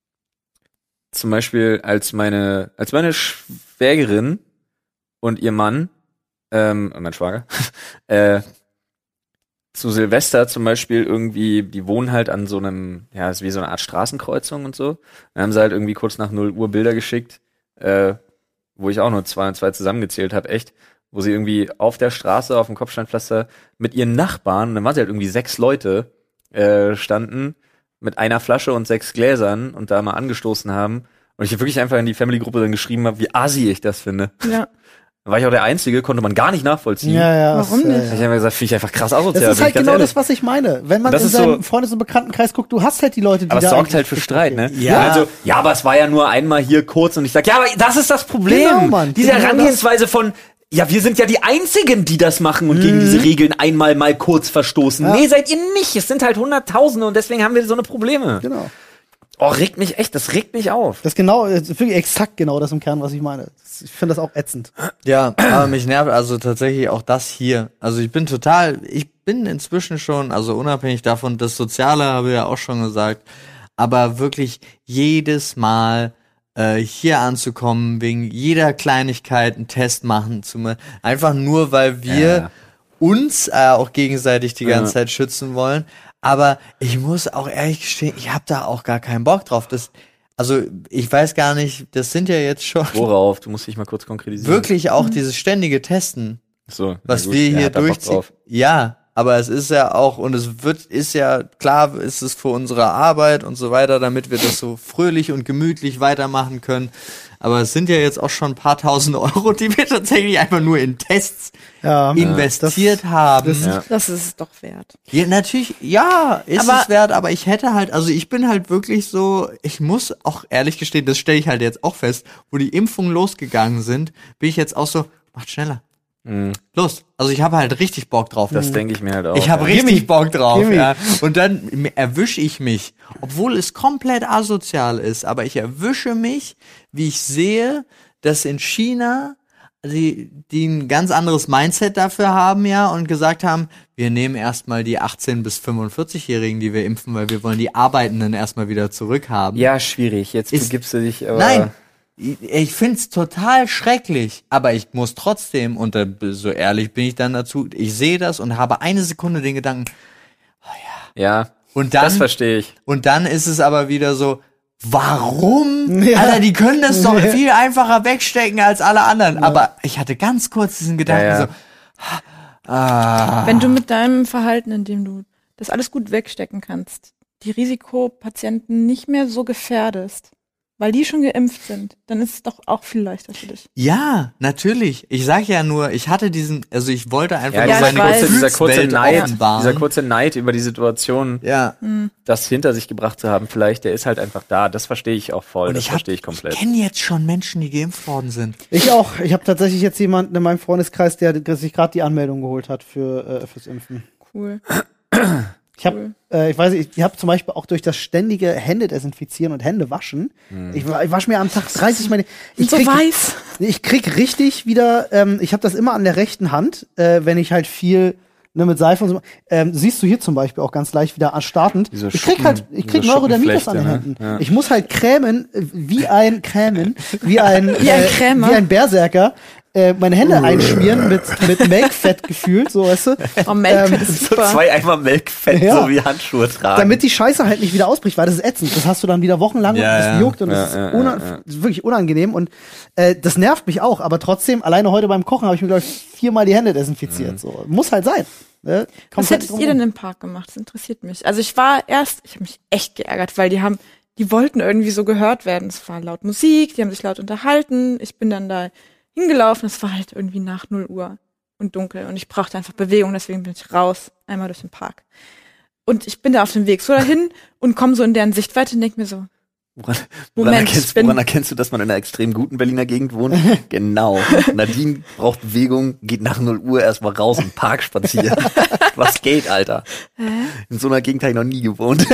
zum Beispiel, als meine, als meine Schwägerin und ihr Mann, ähm, mein Schwager, äh, zu Silvester zum Beispiel irgendwie, die wohnen halt an so einem, ja, ist wie so eine Art Straßenkreuzung und so. Dann haben sie halt irgendwie kurz nach null Uhr Bilder geschickt, äh, wo ich auch nur zwei und zwei zusammengezählt habe, echt, wo sie irgendwie auf der Straße, auf dem Kopfsteinpflaster mit ihren Nachbarn, und dann waren sie halt irgendwie sechs Leute, äh, standen mit einer Flasche und sechs Gläsern und da mal angestoßen haben. Und ich wirklich einfach in die Family-Gruppe dann geschrieben habe, wie assi ich das finde. Ja. Da war ich auch der Einzige, konnte man gar nicht nachvollziehen. Ja, ja. Warum es, nicht? Ich habe mir gesagt, finde ich einfach krass asozial. Das ist bin halt ich ganz genau ehrlich. das, was ich meine. Wenn man Das in ist seinem so- Freundes- und Bekanntenkreis guckt, du hast halt die Leute, die Aber es da sorgt eigentlich halt für Streit, ne? Ja. Also, ja, aber es war ja nur einmal hier kurz und ich sag, ja, aber das ist das Problem. Genau, Mann. Diese Genau das. Herangehensweise von, ja, wir sind ja die Einzigen, die das machen und gegen diese Regeln einmal mal kurz verstoßen. Ja. Nee, seid ihr nicht. Es sind halt Hunderttausende und deswegen haben wir so eine Probleme. Genau. Oh, regt mich echt, das regt mich auf. Das ist genau, das ist wirklich exakt genau das im Kern, was ich meine. Das- Ich finde das auch ätzend. Ja, aber mich nervt also tatsächlich auch das hier. Also ich bin total, ich bin inzwischen schon, also unabhängig davon, das Soziale habe ich ja auch schon gesagt, aber wirklich jedes Mal äh, hier anzukommen, wegen jeder Kleinigkeit einen Test machen zu müssen, einfach nur, weil wir Ja. uns äh, auch gegenseitig die ganze Ja. Zeit schützen wollen. Aber ich muss auch ehrlich gestehen, ich habe da auch gar keinen Bock drauf. Das, also ich weiß gar nicht, das sind ja jetzt schon Worauf? Du musst dich mal kurz konkretisieren. wirklich auch dieses ständige Testen, So, was na gut, wir wer hier hat da Bock durchziehen. drauf? Ja, aber es ist ja auch, und es wird, ist ja, klar ist es für unsere Arbeit und so weiter, damit wir das so fröhlich und gemütlich weitermachen können. Aber es sind ja jetzt auch schon ein paar tausend Euro, die wir tatsächlich einfach nur in Tests Ja. investiert haben. das- Ja. Das ist es doch wert. Ja, natürlich, ja, ist Aber- es wert, aber ich hätte halt, also ich bin halt wirklich so, ich muss auch ehrlich gestehen, das stelle ich halt jetzt auch fest, wo die Impfungen losgegangen sind, bin ich jetzt auch so, macht schneller. Mhm. Los. Also ich habe halt richtig Bock drauf. Das denke ich mir halt auch. ich habe ja. richtig Gimme. Bock drauf, Gimme. ja. Und dann erwische ich mich, obwohl es komplett asozial ist, aber ich erwische mich, wie ich sehe, dass in China die, die ein ganz anderes Mindset dafür haben, ja, und gesagt haben, wir nehmen erstmal die achtzehn- bis fünfundvierzig-Jährigen, die wir impfen, weil wir wollen die Arbeitenden erstmal wieder zurückhaben. Ja, schwierig. Jetzt Ist- begibst du dich aber. Nein, ich, ich find's total schrecklich, aber ich muss trotzdem, und da, so ehrlich bin ich dann dazu, ich sehe das und habe eine Sekunde den Gedanken, Ja, und dann, das verstehe ich. und dann ist es aber wieder so, warum? Ja. Alter, die können das doch Ja. viel einfacher wegstecken als alle anderen. Aber ich hatte ganz kurz diesen Gedanken Ja, ja. so, ah, Wenn du mit deinem Verhalten, in dem du das alles gut wegstecken kannst, die Risikopatienten nicht mehr so gefährdest, weil die schon geimpft sind, dann ist es doch auch viel leichter für dich. Ja, natürlich. Ich sag ja nur, ich hatte diesen, also ich wollte einfach Ja, Ja, dieser, ich kurze, weiß. dieser, kurze Gefühlswelt Neid, offenbaren. dieser kurze Neid über die Situation, Ja. das hinter sich gebracht zu haben, vielleicht, der ist halt einfach da. Das verstehe ich auch voll, Und das ich, hab, verstehe ich ich komplett. kenne jetzt schon Menschen, die geimpft worden sind. Ich auch. Ich habe tatsächlich jetzt jemanden in meinem Freundeskreis, der sich gerade die Anmeldung geholt hat für äh, fürs Impfen. Cool. Ich habe, äh, ich weiß nicht, ich habe zum Beispiel auch durch das ständige Hände desinfizieren und Hände waschen. Ich, wa- ich wasche mir am Tag dreißig meine. Ich So krieg, weiß. ich krieg richtig wieder. Ähm, ich habe das immer an der rechten Hand, äh, wenn ich halt viel ne, mit Seife und so. Ähm, siehst du hier zum Beispiel auch ganz leicht wieder startend. Diese Ich krieg Schuppen- halt, ich krieg diese Neurodermitis an den Schuppenflechte, Händen. ne? Ja. Ich muss halt krämen, äh, wie ein Krämen, wie ein, Wie ein äh, Krämer. wie ein Berserker. Äh, meine Hände einschmieren mit, mit Make-Fett gefühlt, so weißt du. Oh, Melkfett ist So super. zwei Eimer Melkfett, Ja. so wie Handschuhe tragen. Damit die Scheiße halt nicht wieder ausbricht, weil das ist ätzend. Das hast du dann wieder wochenlang Ja, und das ja. juckt und Ja, das ist, ja, una- ja, ja. das ist wirklich unangenehm und äh, das nervt mich auch. Aber trotzdem, alleine heute beim Kochen habe ich mir, glaube ich, viermal die Hände desinfiziert. Mhm. So. Muss halt sein. Ne? Was Komplett hättet drum ihr rum. denn im Park gemacht? Das interessiert mich. Also ich war erst, ich habe mich echt geärgert, weil die haben, die wollten irgendwie so gehört werden. Es war laut Musik, die haben sich laut unterhalten. Ich bin dann da hingelaufen, es war halt irgendwie nach null Uhr und dunkel und ich brauchte einfach Bewegung, deswegen bin ich raus, einmal durch den Park. Und ich bin da auf dem Weg so dahin und komme so in deren Sichtweite und denke mir so, Woran, woran, Moment, ich erkennst, bin- woran erkennst du, dass man in einer extrem guten Berliner Gegend wohnt? Genau. Nadine braucht Bewegung, geht nach null Uhr erstmal raus im Park spazieren. Was geht, Alter? In so einer Gegend habe ich noch nie gewohnt.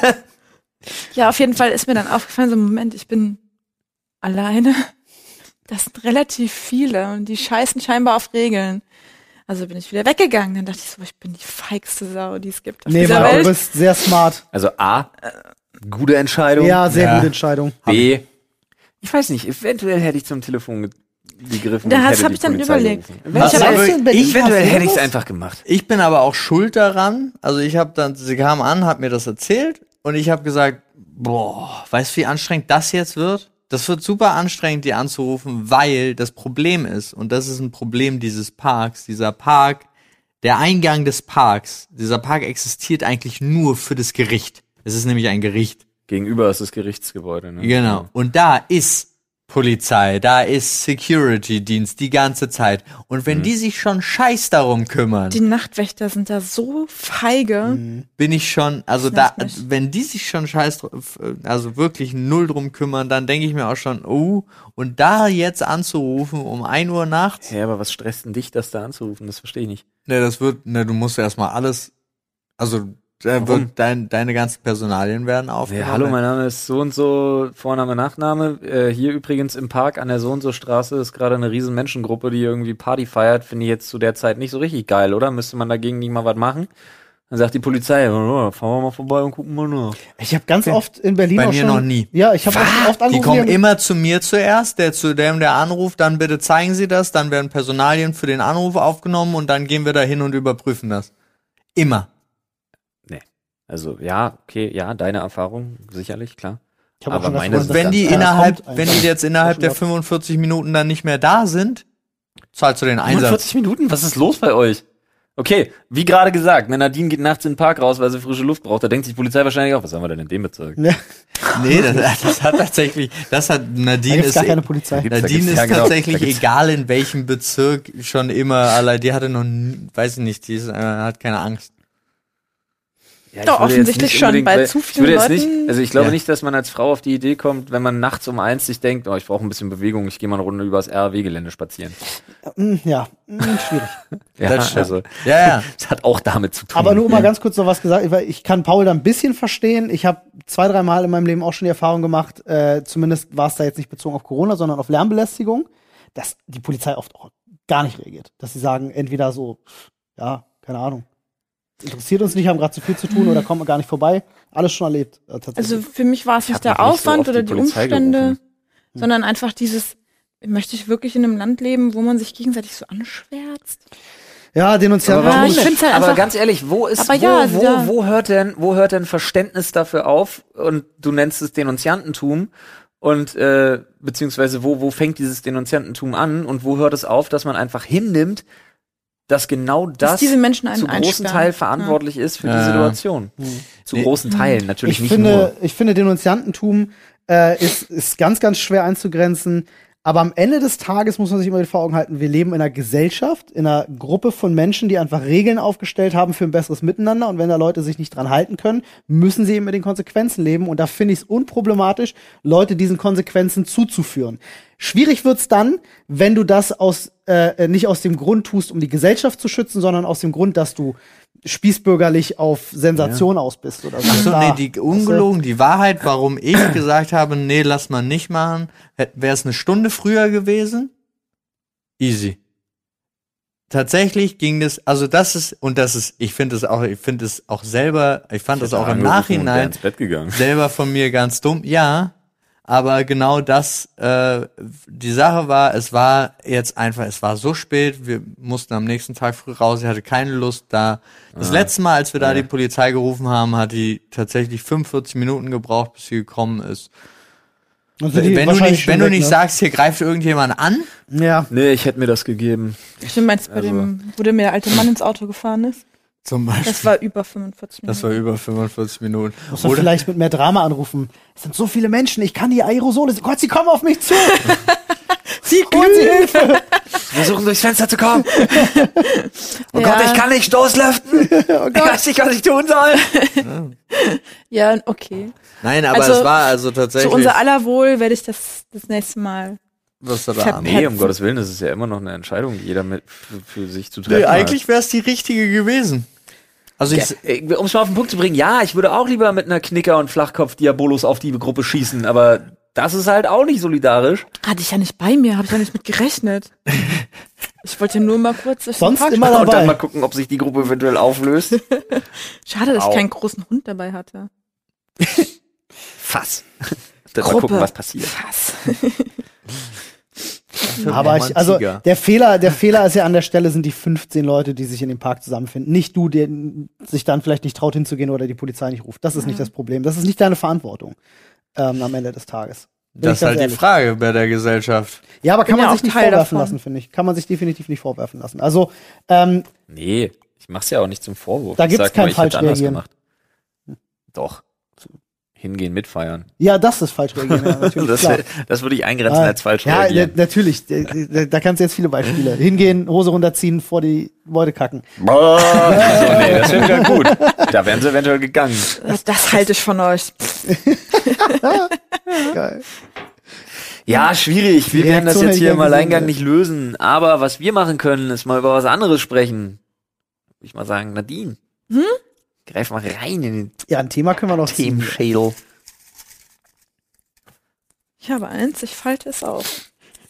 ja, auf jeden Fall ist mir dann aufgefallen, so Moment, ich bin alleine. Das sind relativ viele und die scheißen scheinbar auf Regeln. Also bin ich wieder weggegangen. Dann dachte ich so, ich bin die feigste Sau, die es gibt auf Nee, dieser Mann, du Welt. bist sehr smart. Also A, gute Entscheidung. Ja, sehr Ja. gute Entscheidung. B, ich weiß nicht, eventuell hätte ich zum Telefon ge- gegriffen. Das und hätte hab die ich dann Polizei überlegt. gerufen. Wenn ich Was aber- aber- Weißt du, in Berlin Eventuell passiert hätte ich es was? einfach gemacht. Ich bin aber auch schuld daran. Also ich habe dann, sie kam an, hat mir das erzählt und ich habe gesagt, boah, weißt du, wie anstrengend das jetzt wird? Das wird super anstrengend, die anzurufen, weil das Problem ist, und das ist ein Problem dieses Parks, dieser Park, der Eingang des Parks, dieser Park existiert eigentlich nur für das Gericht. Es ist nämlich ein Gericht. Gegenüber ist das Gerichtsgebäude. Ne? Genau. Und da ist Polizei, da ist Security-Dienst die ganze Zeit. Und wenn die sich schon scheiß darum kümmern, Die Nachtwächter sind da so feige. bin ich schon, also Das da, nervt mich. wenn die sich schon scheiß, dr- also wirklich null drum kümmern, dann denke ich mir auch schon, oh, und da jetzt anzurufen um ein Uhr nachts, Ja, aber was stresst denn dich, das da anzurufen? Das verstehe ich nicht. ne, das wird, ne, du musst erstmal alles, also da Warum? wird dein, deine ganzen Personalien werden aufgenommen. Ja, hallo, mein Name ist so und so, Vorname, Nachname. Äh, hier übrigens im Park an der so und so Straße ist gerade eine riesen Menschengruppe, die irgendwie Party feiert. Finde ich jetzt zu der Zeit nicht so richtig geil, oder? Müsste man dagegen nicht mal was machen? Dann sagt die Polizei, oh, fahren wir mal vorbei und gucken mal nach. Ich habe ganz oft in Berlin Bei auch mir schon, noch nie. Ja, ich habe oft, oft Die angerufen. kommen die haben- immer zu mir zuerst, der zu dem, der anruft, dann bitte zeigen Sie das, dann werden Personalien für den Anruf aufgenommen und dann gehen wir da hin und überprüfen das. Immer. Also, ja, okay, ja, deine Erfahrung, sicherlich, klar. Ich hab auch aber schon das meine Freund, sind dass Wenn die das- ja, das innerhalb, kommt wenn einfach. die jetzt innerhalb Schon der gehabt. fünfundvierzig Minuten dann nicht mehr da sind, zahlst du den Einsatz. fünfundvierzig Minuten? Was ist los bei euch? Okay, wie gerade gesagt, ne, Nadine geht nachts in den Park raus, weil sie frische Luft braucht. Da denkt sich die Polizei wahrscheinlich auch, was haben wir denn in dem Bezirk? Ja, Nee, das, das hat tatsächlich, das hat da Nadine gibt's ist, gar keine Polizei. gibt's- Nadine gibt's- ist ja, genau, tatsächlich da gibt's- egal in welchem Bezirk schon immer, allein die hatte noch, nie- weiß ich nicht, die ist, äh, hat keine Angst. Ja, ich Doch, würde jetzt offensichtlich nicht schon, unbedingt, bei weil- zu ich vielen würde jetzt Leuten- nicht, also ich glaube Ja. nicht, dass man als Frau auf die Idee kommt, wenn man nachts um eins sich denkt, oh, ich brauche ein bisschen Bewegung, ich gehe mal eine Runde übers R W-Gelände spazieren. Mm, Ja, mm, schwierig. Ja, Das stimmt. also, Ja, ja. das hat auch damit zu tun. Aber nur mal ganz kurz noch was gesagt, weil ich kann Paul da ein bisschen verstehen. Ich habe zwei, drei Mal in meinem Leben auch schon die Erfahrung gemacht, äh, zumindest war es da jetzt nicht bezogen auf Corona, sondern auf Lärmbelästigung, dass die Polizei oft auch gar nicht reagiert. Dass sie sagen, entweder so, pff, ja, keine Ahnung, interessiert uns nicht, haben gerade zu viel zu tun oder kommen gar nicht vorbei. Alles schon erlebt, äh, tatsächlich. Also für mich war es Ich nicht hab der noch nicht so Aufwand oft oder die die Polizei Umstände, gerufen. sondern einfach dieses, möchte ich wirklich in einem Land leben, wo man sich gegenseitig so anschwärzt? ja, Denunzianten. Aber warum ich nicht? find's halt aber einfach- ganz ehrlich, wo ist, Aber wo, ja, wo, ja. wo hört denn, wo hört denn Verständnis dafür auf? Und du nennst es Denunziantentum. Und, äh, beziehungsweise wo, wo fängt dieses Denunziantentum an? Und wo hört es auf, dass man einfach hinnimmt, dass genau das Dass diese Menschen einen zu großen einsperren. Teil verantwortlich ist für Ja. die Situation. Zu Nee. großen Teilen, natürlich ich nicht finde, nur. ich finde Denunziantentum äh, ist, ist ganz, ganz schwer einzugrenzen. Aber am Ende des Tages muss man sich immer vor Augen halten, wir leben in einer Gesellschaft, in einer Gruppe von Menschen, die einfach Regeln aufgestellt haben für ein besseres Miteinander. Und wenn da Leute sich nicht dran halten können, müssen sie eben mit den Konsequenzen leben. Und da finde ich es unproblematisch, Leute diesen Konsequenzen zuzuführen. Schwierig wird's dann, wenn du das aus äh, nicht aus dem Grund tust, um die Gesellschaft zu schützen, sondern aus dem Grund, dass du spießbürgerlich auf Sensation ja. aus bist oder so. Ach so, da, nee, die ungelogen, die Wahrheit, warum ich gesagt habe, nee, lass mal nicht machen, wäre es eine Stunde früher gewesen, easy. Tatsächlich ging das, also das ist, und das ist, ich finde es auch, ich finde es auch selber, ich fand ich das auch im Nachhinein ins Bett gegangen. selber von mir ganz dumm, ja, aber genau das, äh, die Sache war, es war jetzt einfach, es war so spät, wir mussten am nächsten Tag früh raus, ich hatte keine Lust da. Das ah, letzte Mal, als wir da ja. die Polizei gerufen haben, hat die tatsächlich fünfundvierzig Minuten gebraucht, bis sie gekommen ist. Also wenn du nicht, wenn weg, du nicht ne? sagst, hier greift irgendjemand an. Ja. Nee, ich hätte mir das gegeben. Stimmt, meinst du bei also. dem, wo der mir der alte Mann ins Auto gefahren ist? Zum Beispiel. Das war über fünfundvierzig Minuten. Das war über fünfundvierzig Minuten. Muss man vielleicht mit mehr Drama anrufen. Es sind so viele Menschen, ich kann die Aerosole. Gott, sie kommen auf mich zu. Sie holen sie Hilfe. Sie versuchen durchs Fenster zu kommen. Oh ja. Gott, ich kann nicht Stoßlüften. Oh Gott. Ich weiß nicht, was ich tun soll. Ja, okay. Nein, aber also, es war also tatsächlich. Zu unser aller Wohl werde ich das das nächste Mal. Was da da nee, um Gottes Willen, das ist ja immer noch eine Entscheidung, die jeder mit für, für sich zu treffen nee, hat. Eigentlich wäre es die richtige gewesen. Also ich, ja, um es mal auf den Punkt zu bringen, ja, ich würde auch lieber mit einer Knicker und Flachkopf Diabolos auf die Gruppe schießen, aber das ist halt auch nicht solidarisch. Hatte ich ja nicht bei mir, habe ich ja nicht mit gerechnet. Ich wollte ja nur mal kurz durch Sonst den Park immer schauen. Und dann mal gucken, ob sich die Gruppe eventuell auflöst. Schade, dass Au. ich keinen großen Hund dabei hatte. Fass. Dann mal Gruppe. gucken, was passiert. Fass. Aber ich, also der Fehler, der Fehler ist ja an der Stelle sind die fünfzehn Leute, die sich in dem Park zusammenfinden. Nicht du, der sich dann vielleicht nicht traut hinzugehen oder die Polizei nicht ruft. Das ist Ja. nicht das Problem. Das ist nicht deine Verantwortung ähm, am Ende des Tages. Bin das ist ich ganz halt ehrlich. die Frage bei der Gesellschaft. Ja, aber kann Bin ja man auch sich nicht Teil vorwerfen davon. lassen, finde ich. Kann man sich definitiv nicht vorwerfen lassen. Also ähm, Nee, ich mach's ja auch nicht zum Vorwurf. Da Ich gibt's sag nur, kein ich hätte falsch anders reagieren. gemacht. Doch. Hingehen, mitfeiern. ja, das ist falsch reagieren. Ja, natürlich, Das, klar. das würde ich eingrenzen Ah, als falsch ja, reagieren. na- natürlich. Da, da, da kannst du jetzt viele Beispiele. Hingehen, Hose runterziehen, vor die Leute kacken. Boah, so, nee, das wäre wieder gut. Da wären sie eventuell gegangen. Das, das halte ich von euch. Geil. Ja, schwierig. Wir Die werden das Reaktion jetzt hätte hier ich im gern gesehen, Alleingang ja. nicht lösen. Aber was wir machen können, ist mal über was anderes sprechen. Würde ich mal sagen, Nadine. Hm? Greif mal rein in den Ja, ein Thema können wir noch ziehen. Themenschädel. Ich habe eins, ich falte es auf.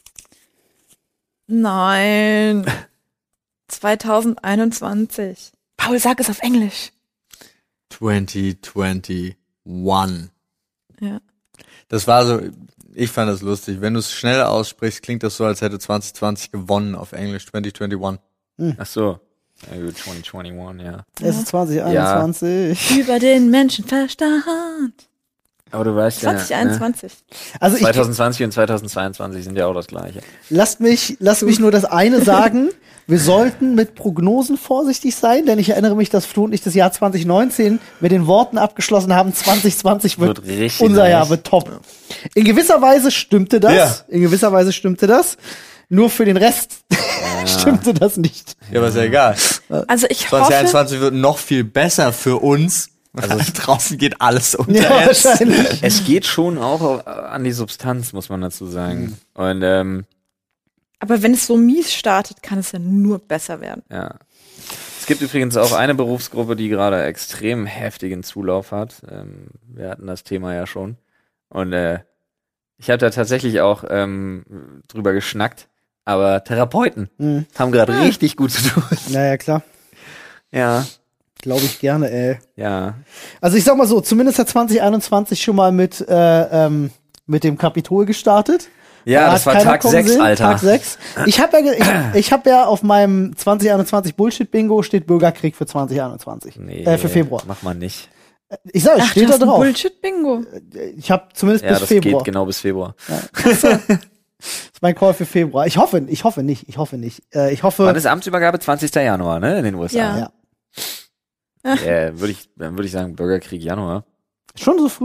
Nein. zwanzig einundzwanzig. Paul, sag es auf Englisch. zwanzig einundzwanzig. Ja. Das war so, ich fand das lustig. Wenn du es schnell aussprichst, klingt das so, als hätte zwanzig zwanzig gewonnen auf Englisch. zwanzig einundzwanzig. Ach so. Ja, gut, zwanzig einundzwanzig, ja. Es ist zwanzig einundzwanzig. Über den Menschenverstand. Aber du weißt ja, zwanzig einundzwanzig. Also ich, zwanzig zwanzig und zwanzig zweiundzwanzig sind ja auch das Gleiche. lasst mich, lasst mich nur das eine sagen. Wir sollten mit Prognosen vorsichtig sein, denn ich erinnere mich, dass Flo und ich das Jahr zwanzig neunzehn mit den Worten abgeschlossen haben, zwanzig zwanzig wird, Wird richtig unser nice. Jahr wird top. In gewisser Weise stimmte das. Ja. In gewisser Weise stimmte das. Nur für den Rest stimmte das nicht. Ja, aber ist ja egal. Also ich zwanzig hoffe, einundzwanzig wird noch viel besser für uns. Also draußen geht alles unter. Ja, jetzt. wahrscheinlich. Es geht schon auch auf- an die Substanz, muss man dazu sagen. Und ähm, aber wenn es so mies startet, kann es ja nur besser werden. ja. Es gibt übrigens auch eine Berufsgruppe, die gerade extrem heftigen Zulauf hat. Ähm, wir hatten das Thema ja schon. Und äh, ich habe da tatsächlich auch ähm, drüber geschnackt. Aber Therapeuten Mhm. haben gerade richtig gut zu tun. Naja, klar. Ja, Glaube ich gerne, ey. ja. Also ich sag mal so, zumindest hat zwanzig einundzwanzig schon mal mit, äh, ähm, mit dem Kapitol gestartet. Ja, Da das hat war keiner Tag kommen sechs, sehen. Alter. Tag sechs. Ich habe ja, ge- ich, ich hab ja auf meinem zwanzig einundzwanzig Bullshit-Bingo steht Bürgerkrieg für zwanzig einundzwanzig. Nee, Äh, für Februar. Mach mal nicht. Ich sag, es Ach, steht du da hast ein drauf. Bullshit-Bingo. Ich habe zumindest Ja, bis das Februar. geht genau bis Februar. Das ist mein Call für Februar. Ich hoffe, ich hoffe nicht, ich hoffe nicht. Äh, ich hoffe. Wann ist Amtsübergabe? zwanzigster Januar, ne? In den U S A. Ja. Ja. Äh, würde ich, dann würde ich sagen, Bürgerkrieg Januar. Schon so früh?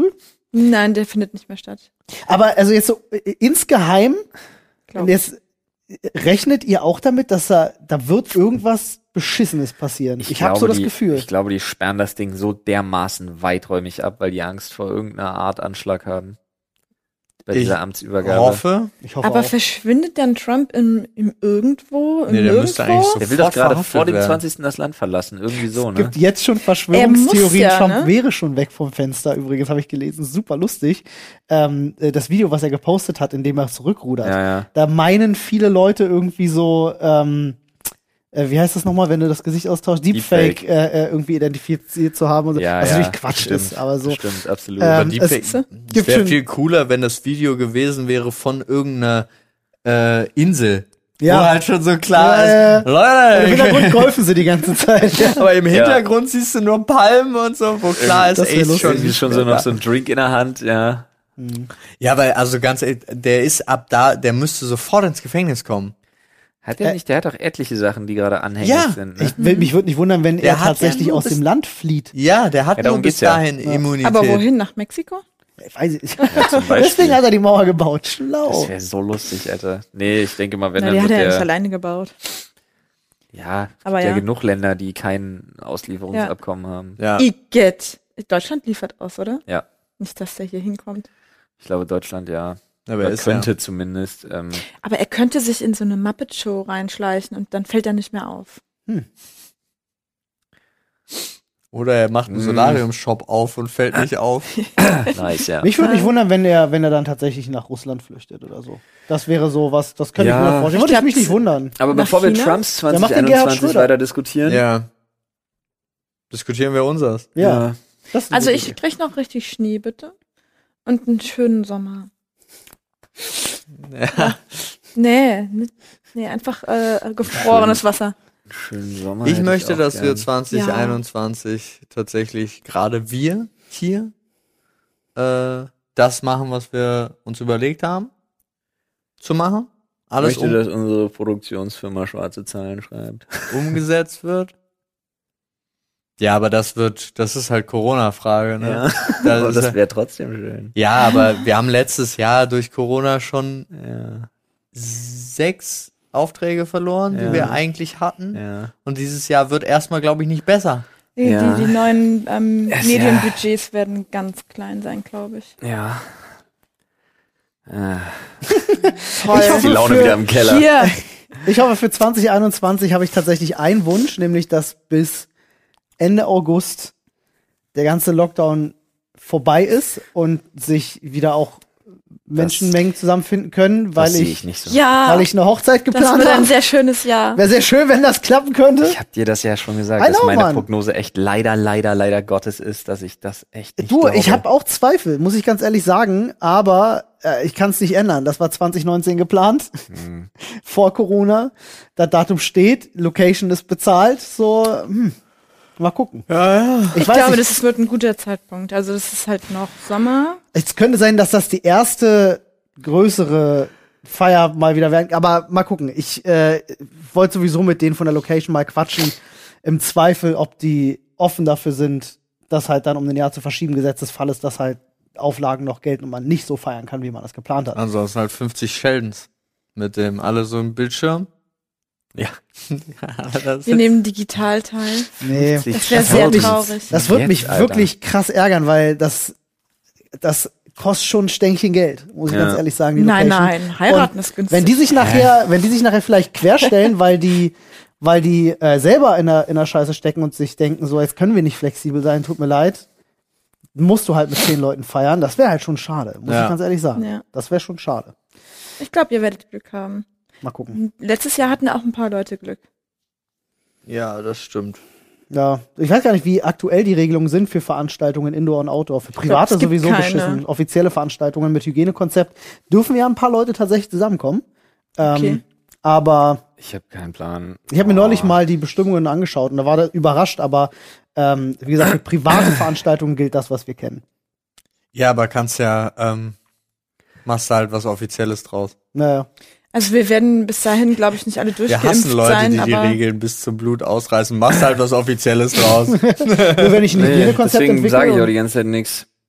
Nein, der findet nicht mehr statt. Aber also jetzt so äh, insgeheim, Glaub ich. jetzt äh, rechnet ihr auch damit, dass da, da wird irgendwas Beschissenes passieren. Ich, ich habe so das die, Gefühl. Ich glaube, die sperren das Ding so dermaßen weiträumig ab, weil die Angst vor irgendeiner Art Anschlag haben. Bei Ich dieser Amtsübergabe. hoffe. Ich hoffe Aber auch. verschwindet dann Trump im, im Irgendwo? Im Nee, der müsste Nirgendwo? eigentlich so- Der will doch sofort gerade verhaftet vor dem werden. zwanzigsten das Land verlassen. Irgendwie so, Es ne? gibt jetzt schon Er Verschwörungstheorien, muss ja, Trump ne? wäre schon weg vom Fenster. Übrigens habe ich gelesen, super lustig. Ähm, äh, das Video, was er gepostet hat, in dem er zurückrudert. Ja, ja. Da meinen viele Leute irgendwie so, ähm, äh, wie heißt das nochmal, wenn du das Gesicht austauschst, Deepfake, Deepfake. Äh, äh, irgendwie identifiziert zu haben und so. Ja, was ja, natürlich Quatsch stimmt, ist, aber so. Stimmt, absolut. Ähm, Aber es Deepfake, gibt es wäre schon- viel cooler, wenn das Video gewesen wäre von irgendeiner äh, Insel. Ja. Wo halt schon so klar Ja, ja, ist, Leute, Im Hintergrund golfen sie die ganze Zeit. Ja. aber im Hintergrund siehst du nur Palmen und so, wo klar ist, Das wär ey, lustig. schon, Irgendwie schon so noch so ein Drink in der Hand, ja. Ja, weil, also ganz ehrlich, der ist ab da, der müsste sofort ins Gefängnis kommen. Hat der Äh, nicht, der hat doch etliche Sachen, die gerade anhängig Ja, sind. Ne? Ich, will- mich würde nicht wundern, wenn Der er hat tatsächlich ja nur aus bis- dem Land flieht. Ja, der hat Ja, nur darum bis geht's ja. dahin Ja. Immunität. Aber wohin? Nach Mexiko? Ich weiß es nicht. zum Beispiel. Deswegen hat er die Mauer gebaut. Schlau. Das wäre so lustig, Alter. Nee, ich denke mal, wenn Na, dann die hat wird er ja nicht der, alleine gebaut. ja, es Aber gibt ja ja. genug Länder, die kein Auslieferungsabkommen haben. Ja. Igitt. Deutschland liefert aus, oder? Ja. Nicht, dass der hier hinkommt. Ich glaube, Deutschland, ja. Aber Oder ist könnte ja. zumindest. Ähm, Aber er könnte sich in so eine Muppet-Show reinschleichen und dann fällt er nicht mehr auf. Oder er macht einen Mm. Solarium-Shop auf und fällt nicht auf. nice, ja. Mich würde nicht wundern, wenn er, wenn er dann tatsächlich nach Russland flüchtet oder so. Das wäre so was, das könnte Ja. ich mir vorstellen. Ich Würde ich glaub, mich nicht wundern. Aber Nach bevor wir China? Trumps Ja, macht den Gerhard zwanzig einundzwanzig Schröder. weiter diskutieren. Ja. Diskutieren wir unseres. Ja. Das ist eine Also gute ich Idee. krieg noch richtig Schnee, bitte. Und einen schönen Sommer. Ja. Nee, n- nee, einfach äh, gefrorenes Wasser. Schönen Sommer. Ich hätte möchte, auch dass wir gern. zwanzig einundzwanzig tatsächlich gerade wir hier äh, das machen, was wir uns überlegt haben zu machen. Ich Alles möchte, um, dass unsere Produktionsfirma schwarze Zahlen schreibt. umgesetzt wird. Ja, aber das wird, das ist halt Corona-Frage, ne? Ja. Das Aber ist das ja- wäre trotzdem schön. Ja, aber wir haben letztes Jahr durch Corona schon Ja, sechs Aufträge verloren, Ja. die wir eigentlich hatten. ja. Und dieses Jahr wird erstmal, glaube ich, nicht besser. Die, Ja. die, die neuen ähm, Es- Medienbudgets werden ganz klein sein, glaube ich. Ja. Ah, Toll. Ich hoffe, die Laune für- wieder im Keller. Hier. Ich hoffe, für zwanzig einundzwanzig habe ich tatsächlich einen Wunsch, nämlich, dass bis Ende August der ganze Lockdown vorbei ist und sich wieder auch Menschenmengen zusammenfinden können, weil das sehe ich, ich nicht so. Ja, weil ich eine Hochzeit das geplant wird ein habe. sehr schönes Jahr. Wäre sehr schön, wenn das klappen könnte. Ich habe dir das ja schon gesagt, I dass know, meine Mann. Prognose echt leider, leider, leider Gottes ist, dass ich das echt nicht Du, glaube. ich habe auch Zweifel, muss ich ganz ehrlich sagen, aber äh, ich kann es nicht ändern. Das war zwanzig neunzehn geplant, Hm. vor Corona. Das Datum steht, Location ist bezahlt, so, hm, mal gucken. Ja, ja. Ich, Ich weiß glaube, nicht, das wird ein guter Zeitpunkt. Also das ist halt noch Sommer. es könnte sein, dass das die erste größere Feier mal wieder werden, aber mal gucken. Ich äh, wollte sowieso mit denen von der Location mal quatschen, im Zweifel, ob die offen dafür sind, das halt dann um ein Jahr zu verschieben, Gesetzesfall ist, dass halt Auflagen noch gelten und man nicht so feiern kann, wie man das geplant hat. Ansonsten halt fünfzig Sheldons. Mit dem alle so im Bildschirm. Ja. das Wir nehmen digital teil. Nee. Das wäre Das sehr wird mich- traurig. Das wird Jetzt, mich Alter. wirklich krass ärgern, weil das, das kostet schon ein Stänkchen Geld, muss ich Ja. ganz ehrlich sagen. Die Nein, Location. nein, heiraten ist günstig. Wenn die sich nachher, wenn die sich nachher vielleicht querstellen, weil die, weil die äh, selber in der, in der Scheiße stecken und sich denken, so jetzt können wir nicht flexibel sein, tut mir leid, musst du halt mit zehn Leuten feiern. Das wäre halt schon schade, muss Ja. ich ganz ehrlich sagen. Ja. Das wäre schon schade. Ich glaube, ihr werdet Glück haben. Mal gucken. Letztes Jahr hatten auch ein paar Leute Glück. Ja, das stimmt. Ja, ich weiß gar nicht, wie aktuell die Regelungen sind für Veranstaltungen Indoor und Outdoor. Für private es gibt sowieso keine. beschissen. Offizielle Veranstaltungen mit Hygienekonzept dürfen ja ein paar Leute tatsächlich zusammenkommen. Ähm, Okay. Aber Ich habe keinen Plan. ich habe mir Oh. neulich mal die Bestimmungen angeschaut und da war da überrascht, aber ähm, wie gesagt, für private Veranstaltungen gilt das, was wir kennen. Ja, aber kannst ja, ähm, machst du halt was Offizielles draus. Naja. Also wir werden bis dahin, glaube ich, nicht alle Wir durchgeimpft hassen Leute, sein, die die aber Regeln bis zum Blut ausreißen. Machst halt was Offizielles draus. Nur wenn ich ein Nee, Hygienekonzept deswegen entwickle. sage ich auch und- die ganze Zeit nichts.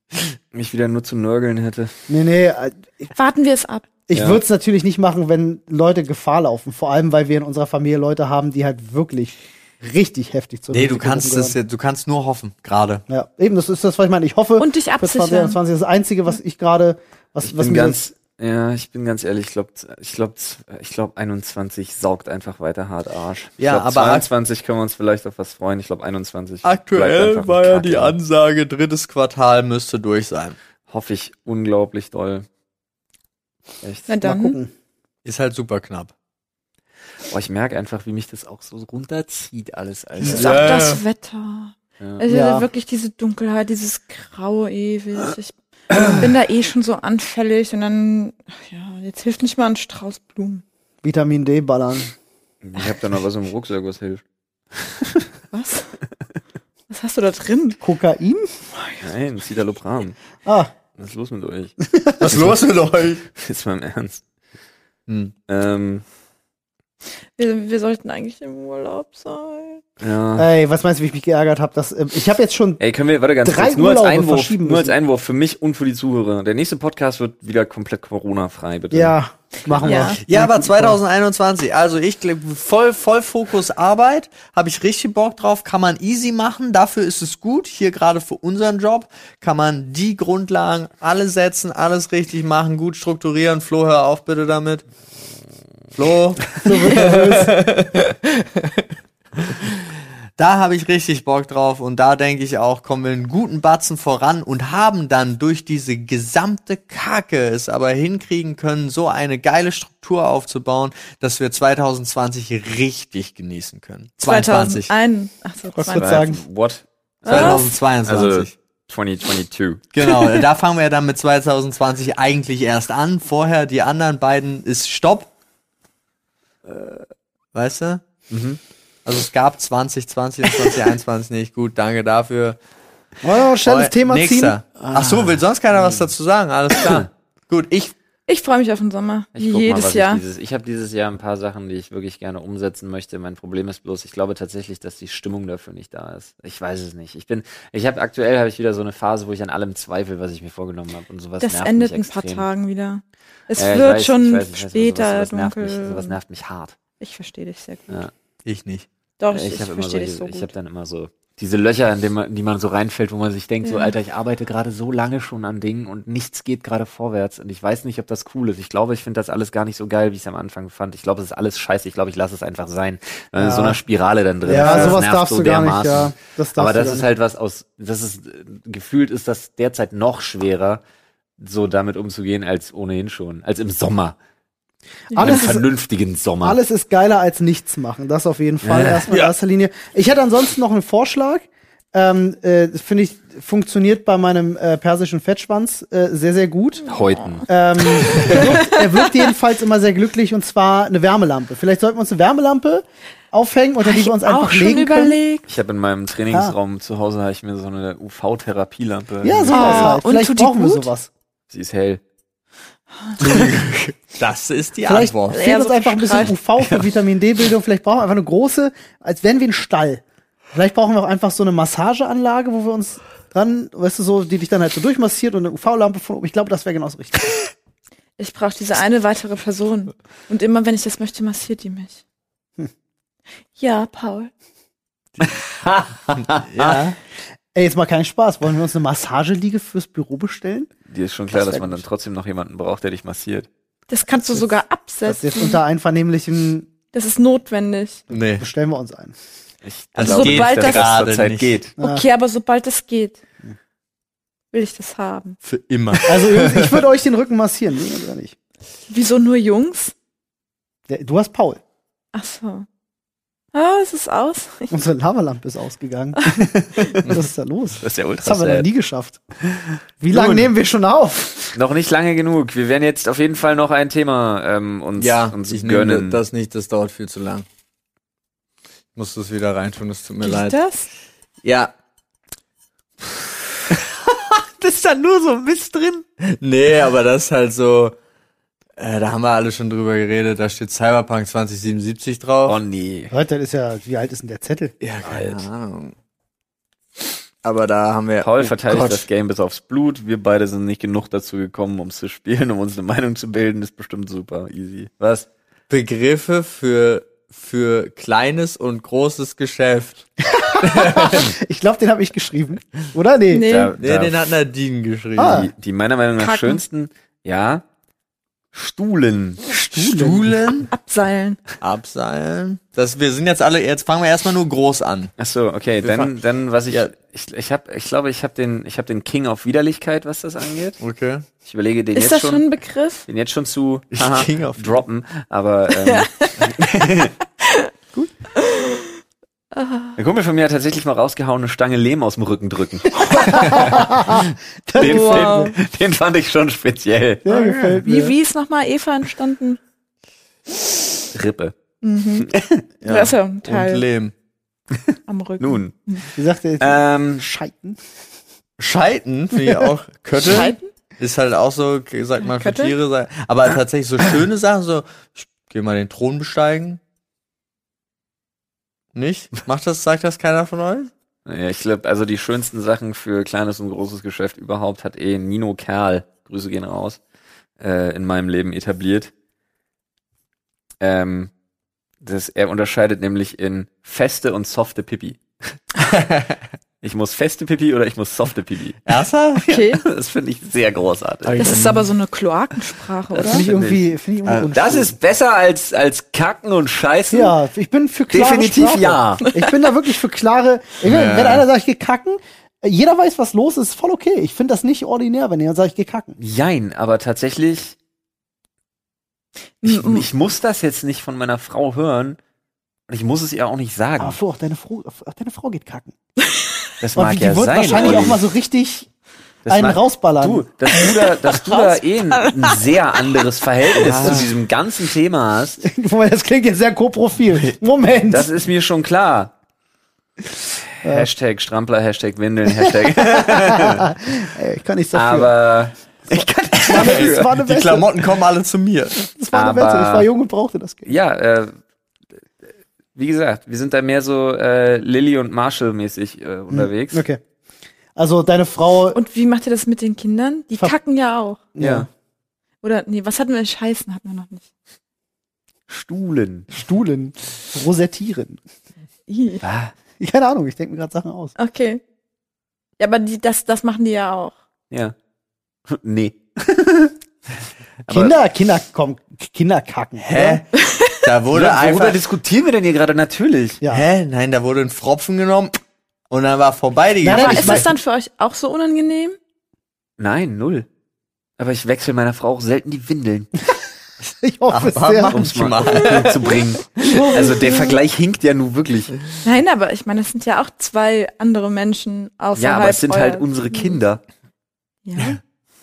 mich wieder nur zu nörgeln hätte. Nee, nee, äh, Warten wir es ab. ich Ja. würde es natürlich nicht machen, wenn Leute Gefahr laufen. Vor allem, weil wir in unserer Familie Leute haben, die halt wirklich richtig heftig zur Nee, du Risikogruppe kannst das, gehören. ja- du kannst nur hoffen, gerade. Ja, eben, das ist das, was ich meine. Ich hoffe, Und dich für absichern. zwanzig einundzwanzig ist das Einzige, was ich gerade, was, Ich was bin mir ganz, ja, ich bin ganz ehrlich, ich glaube, ich glaube, ich glaube, einundzwanzig saugt einfach weiter hart Arsch. Ich Ja, glaub, aber zweiundzwanzig können wir uns vielleicht auf was freuen. Ich glaube, einundzwanzig bleibt Aktuell einfach war ein ja Kacke. die Ansage, drittes Quartal müsste durch sein. Hoffe ich unglaublich doll. Echt. Na mal dann. gucken. Ist halt super knapp. Oh, ich merke einfach, wie mich das auch so runterzieht alles. Es Alter. ist Ja, auch ja. das Wetter. Ja. Also Ja. wirklich diese Dunkelheit, dieses Graue ewig. Ich bin da eh schon so anfällig und dann, ach ja, jetzt hilft nicht mal ein Strauß Blumen. Vitamin D ballern. Ich habe da noch was im Rucksack, was hilft. Was? Was hast du da drin? Kokain? Nein, Citalopram. Ah, Was ist los mit euch? Was ist los mit euch? Jetzt mal im Ernst. Hm. Ähm, Wir, wir sollten eigentlich im Urlaub sein. ja. ey, was meinst du, wie ich mich geärgert habe? Dass, ähm, ich habe jetzt schon, Ey, können wir, warte ganz Drei kurz, nur als Urlaube Einwurf, verschieben nur als müssen. Einwurf für mich und für die Zuhörer. Der nächste Podcast wird wieder komplett Corona-frei, bitte. ja, machen Ja. wir. Ja, aber zwanzig einundzwanzig, also ich glaube, voll, voll Fokus Arbeit, habe ich richtig Bock drauf, kann man easy machen, dafür ist es gut, hier gerade für unseren Job, kann man die Grundlagen alle setzen, alles richtig machen, gut strukturieren. Flo, hör auf bitte damit. Flo. Da habe ich richtig Bock drauf und da denke ich auch, kommen wir einen guten Batzen voran und haben dann durch diese gesamte Kacke es aber hinkriegen können, so eine geile Struktur aufzubauen, dass wir zwanzig zwanzig richtig genießen können. zweiundzwanzig. zweitausendeins. Ach so, Was zweiundzwanzig. würdest sagen? What? zweitausendzweiundzwanzig. Also zwanzig zweiundzwanzig. Genau, da fangen wir dann mit zwanzig zwanzig eigentlich erst an. Vorher die anderen beiden ist Stopp. Weißt du? Mhm. Also es gab zwanzig zwanzig und zwanzig einundzwanzig nicht. Gut, danke dafür. Wollen wir noch schnell das Thema ziehen? Nächster. Ach so, will sonst keiner was dazu sagen? Alles klar. Gut, ich Ich freue mich auf den Sommer. Ich Wie guck jedes mal, was Jahr. Ich, dieses, ich habe dieses Jahr ein paar Sachen, die ich wirklich gerne umsetzen möchte. Mein Problem ist bloß, ich glaube tatsächlich, dass die Stimmung dafür nicht da ist. Ich weiß es nicht. Ich bin, ich habe aktuell habe ich wieder so eine Phase, wo ich an allem zweifle, was ich mir vorgenommen habe und sowas Das nervt endet mich in ein paar extrem. Tagen wieder. Es Äh, ich wird weiß, schon ich weiß, ich weiß, später sowas, sowas nervt dunkel. mich, sowas nervt mich hart. Ich verstehe dich sehr gut. Ja. ich nicht. Doch, ich, Ich, ich habe immer verstehe dich solche, so ich habe gut. dann immer so diese Löcher, in, dem man, in die man so reinfällt, wo man sich denkt, so Ja. Alter, ich arbeite gerade so lange schon an Dingen und nichts geht gerade vorwärts und ich weiß nicht, ob das cool ist. Ich glaube, ich finde das alles gar nicht so geil, wie ich es am Anfang fand. Ich glaube, es ist alles scheiße. Ich glaube, ich lasse es einfach sein. Weil man in so einer Spirale dann drin Ja, ist. Das sowas nervt darfst so du gar nicht, dermaßen. ja. Das darfst Aber du das gar ist nicht. halt was aus, das ist, äh, gefühlt ist das derzeit noch schwerer, so damit umzugehen, als ohnehin schon, als im Sommer. Im Alles ist, vernünftigen Sommer. alles ist geiler als nichts machen. Das auf jeden Fall. Ja. Erstmal in Ja. erster Linie. Ich hätte ansonsten noch einen Vorschlag. Ähm, äh, finde ich, funktioniert bei meinem äh, persischen Fettschwanz äh, sehr, sehr gut. Häuten. Ähm, er, wirkt, er wirkt jedenfalls immer sehr glücklich und zwar eine Wärmelampe. Vielleicht sollten wir uns eine Wärmelampe aufhängen, unter die ich wir uns auch einfach schon legen können. überlegt. Ich habe in meinem Trainingsraum zu Hause habe ich mir so eine U V-Therapielampe. Ja, sowas Oh, halt. und Vielleicht tut die brauchen wir gut? sowas. Sie ist hell. Das ist die Vielleicht Antwort. fehlt Eher uns so einfach ein bisschen U gestreift. V für Vitamin D-Bildung. Vielleicht brauchen wir einfach eine große, als wären wir ein Stall. Vielleicht brauchen wir auch einfach so eine Massageanlage, wo wir uns dran, weißt du, so, die dich dann halt so durchmassiert und eine U V-Lampe von oben. Ich glaube, das wäre genauso richtig. Ich brauche diese eine weitere Person. Und immer, wenn ich das möchte, massiert die mich. Hm. Ja, Paul. Ja. Ey, jetzt mal keinen Spaß. Wollen wir uns eine Massageliege fürs Büro bestellen? Dir ist schon klar, Das dass wär man dann gut. trotzdem noch jemanden braucht, der dich massiert. Das kannst du sogar Das ist jetzt absetzen. unter einvernehmlichen, Das ist notwendig. Nee. bestellen wir uns ein. Ich Also glaube, sobald dass das- das gerade zurzeit nicht. geht. Ja. Okay, aber sobald es geht, will ich das haben. Für immer. Also Jungs, ich würde euch den Rücken massieren, nee, oder nicht? Wieso nur Jungs? Der, du hast Paul. Ach so. Ah, es ist aus. Unsere Lavalampe ist ausgegangen. Was ist da los? Das ist ja Das ultra haben wir noch sad. nie geschafft. Wie lange Nun. nehmen wir schon auf? Noch nicht lange genug. Wir werden jetzt auf jeden Fall noch ein Thema ähm, uns, Ja, uns ich gönnen. nehme das nicht, das dauert viel zu lang. Ich muss das wieder reintun, das tut mir Geht leid. das? Ja. Das ist da nur so Mist drin. Nee, aber das ist halt so, äh, da haben wir alle schon drüber geredet, da steht Cyberpunk zwanzig siebenundsiebzig drauf. Oh nee. Leute, das ist ja, wie alt ist denn der Zettel? Ja, keine Ahnung. Aber da haben wir... Paul oh verteidigt Gott. das Game bis aufs Blut. Wir beide sind nicht genug dazu gekommen, um es zu spielen, um uns eine Meinung zu bilden. Ist bestimmt super easy. Was? Begriffe für, für kleines und großes Geschäft. Ich glaube, den habe ich geschrieben. Oder? Nee. Nee. Da, Nee, da, den hat Nadine geschrieben. Ah. die, die meiner Meinung nach Kacken. schönsten, ja, Stuhlen. Stuhlen, Abseilen. abseilen. Das, wir sind jetzt alle, jetzt fangen wir erstmal nur groß an. Ach so, okay, Wir dann, fang- dann, was ich, Ja. ich, ich habe, ich glaube, ich habe den, ich habe den King auf Widerlichkeit, was das angeht. Okay. Ich überlege den Ist jetzt das schon, schon ein Begriff? den jetzt schon zu haha, King of- droppen, aber ähm, gut. Ein Kumpel von mir hat tatsächlich mal rausgehauen, eine Stange Lehm aus dem Rücken drücken. den, Wow. den, den fand ich schon speziell. Der gefällt mir. Wie, wie ist nochmal Eva entstanden? Rippe. Mhm. Ja. Das ist ja ein Und Teil Lehm. am Rücken. Nun, Wie sagt er jetzt? ähm, Scheiten? Scheiten, finde ich auch. Köttel. Scheiten? Ist halt auch so, sag mal, für Köttel? Tiere. sei- Aber tatsächlich so schöne Sachen, so, ich geh mal den Thron besteigen. Nicht? Macht das, sagt das keiner von euch? ja, ich glaube, also die schönsten Sachen für kleines und großes Geschäft überhaupt hat eh Nino Kerl, Grüße gehen raus, äh, in meinem Leben etabliert. Ähm, das, er unterscheidet nämlich in feste und softe Pipi. Ich muss feste Pipi oder ich muss softe Pipi. Ernsthaft? Okay. Das finde ich sehr großartig. Das ist aber so eine Kloakensprache, oder? Finde ich irgendwie, finde ich irgendwie Das unschön. ist besser als, als Kacken und Scheißen. Ja, ich bin für klare Definitiv Sprache. ja. Ich bin da wirklich für klare. Ich will, Ja. Wenn einer sagt, ich geh kacken, jeder weiß, was los ist, ist voll okay. Ich finde das nicht ordinär, wenn jemand sagt, ich geh kacken. Jein, aber tatsächlich, ich, Mm, mm. ich muss das jetzt nicht von meiner Frau hören und ich muss es ihr auch nicht sagen. Aber Flo, auch deine Frau, auch deine Frau geht kacken. Das Und mag die ja wird sein. wahrscheinlich Olli. auch mal so richtig Das einen mag- rausballern. Du, dass du da, dass du da eh ein, ein sehr anderes Verhältnis zu diesem ganzen Thema hast, Moment, das klingt jetzt sehr co-profil. Moment. das ist mir schon klar. Hashtag Strampler, Hashtag Windeln, Hashtag. Ey, ich kann nichts dafür. Aber ich kann nicht das war eine, das war eine Die Wette. Klamotten kommen alle zu mir. Das war eine aber- Wette. Ich war jung und brauchte das Geld. Ja, äh, wie gesagt, wir sind da mehr so äh, Lilly und Marshall mäßig äh, unterwegs. Okay. Also deine Frau. Und wie macht ihr das mit den Kindern? Die Ver- kacken ja auch. Ja. Oder, nee, was hatten wir? Scheißen hatten wir noch nicht. Stuhlen. Stuhlen. Rosettieren. Ih. Ah, Keine Ahnung, ich denke mir gerade Sachen aus. Okay. Ja, aber die, das, das machen die ja auch. ja. Nee. Aber- Kinder, Kinder, komm, Kinder kacken. Hä? Da wurde Oder, worüber einfach... diskutieren wir denn hier gerade? Natürlich. Ja. Hä? Nein, da wurde ein Pfropfen genommen und dann war vorbei die Nein, nein, Aber ich ist mein- das dann für euch auch so unangenehm? Nein, null. Aber ich wechsle meiner Frau auch selten die Windeln, Ich hoffe es Aber sehr. mach- um es mal auf den Punkt zu bringen. Also der Vergleich hinkt ja nun wirklich. Nein, aber ich meine, es sind ja auch zwei andere Menschen außerhalb Ja, aber es sind halt euer- unsere Kinder. Ja.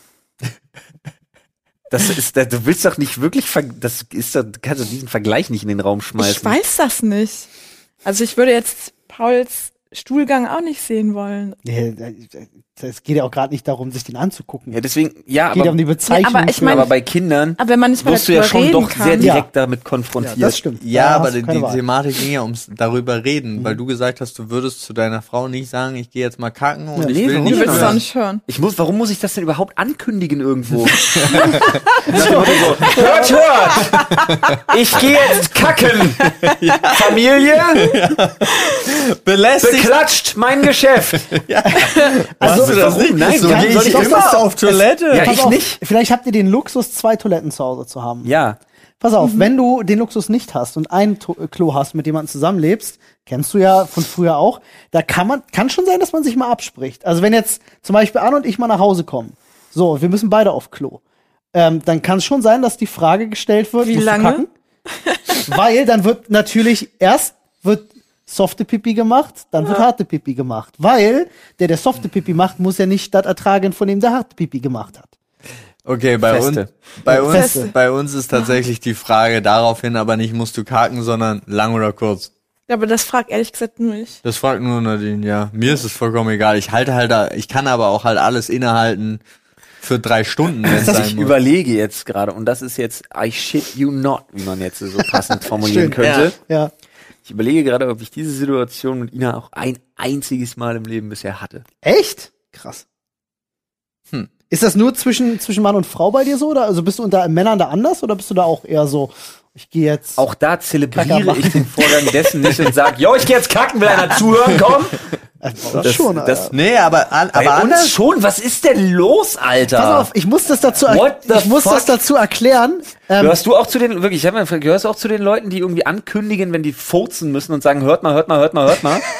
Das ist, du willst doch nicht wirklich, ver- das ist doch, du kannst doch diesen Vergleich nicht in den Raum schmeißen. Ich weiß das nicht. Also ich würde jetzt Pauls Stuhlgang auch nicht sehen wollen. Nee, es geht ja auch gerade nicht darum, sich den anzugucken. Ja, deswegen, ja, Es geht aber, um die Bezeichnung. Ja, aber ich für- mein- aber bei Kindern Aber wenn man nicht mal wirst du ja darüber schon reden doch kann. sehr Ja. direkt damit ja, konfrontiert. das stimmt. Ja, Da aber hast du die, keine die Wahl. Thematik ging ja ums darüber reden, weil du gesagt hast, du würdest zu deiner Frau nicht sagen, ich gehe jetzt mal kacken und Ja, ich nee, will warum nicht Du willst es hören. auch nicht hören. Ich muss, warum muss ich das denn überhaupt ankündigen irgendwo? Nach dem Motto so, hört, hört! Ich gehe jetzt kacken! Familie, belästigt. beklatscht mein Geschäft! Also, du das nicht? Nein, so kann- gehe soll ich ich immer das? auf Toilette. Ja, Pass ich auf, nicht. Vielleicht habt ihr den Luxus, zwei Toiletten zu Hause zu haben. Ja, Pass auf, wenn du den Luxus nicht hast und ein To- Klo hast, mit dem man zusammenlebst, kennst du ja von früher auch, da kann man, kann schon sein, dass man sich mal abspricht. Also wenn jetzt zum Beispiel Anne und ich mal nach Hause kommen, so, wir müssen beide auf Klo, ähm, dann kann es schon sein, dass die Frage gestellt wird, Wie musst du lange? kacken? Weil dann wird natürlich erst wird softe Pipi gemacht, dann wird harte Pipi gemacht. Weil der, der softe Pipi macht, muss ja nicht das ertragen, von dem der harte Pipi gemacht hat. Okay, bei uns, Feste. bei uns, Feste. bei uns ist tatsächlich die Frage daraufhin aber nicht, musst du kacken, sondern lang oder kurz. Ja, aber das fragt ehrlich gesagt nur ich. Das fragt nur Nadine, ja. Mir ist es vollkommen egal. Ich halte halt, da, ich kann aber auch halt alles innehalten für drei Stunden, wenn es dass sein ich muss. überlege jetzt gerade, und das ist jetzt I shit you not, wie man jetzt so passend formulieren Schön. könnte. Ja. Ich überlege gerade, ob ich diese Situation mit Ina auch ein einziges Mal im Leben bisher hatte. Echt? Krass. Hm. Ist das nur zwischen, zwischen Mann und Frau bei dir so? Oder also bist du unter Männern da anders oder bist du da auch eher so, ich gehe jetzt. Auch da zelebriere ich den Vorgang dessen nicht und sag, yo, ich gehe jetzt kacken, will einer zuhören, komm? Das, das schon, das, Nee, aber, an, Bei aber uns anders schon, was ist denn los, Alter? Pass auf, ich muss das dazu, er- What the ich muss fuck? das dazu erklären. Ähm, Gehörst du auch zu den, wirklich, ich hab mal gefragt, gehörst du auch zu den Leuten, die irgendwie ankündigen, wenn die furzen müssen und sagen, hört mal, hört mal, hört mal, hört mal?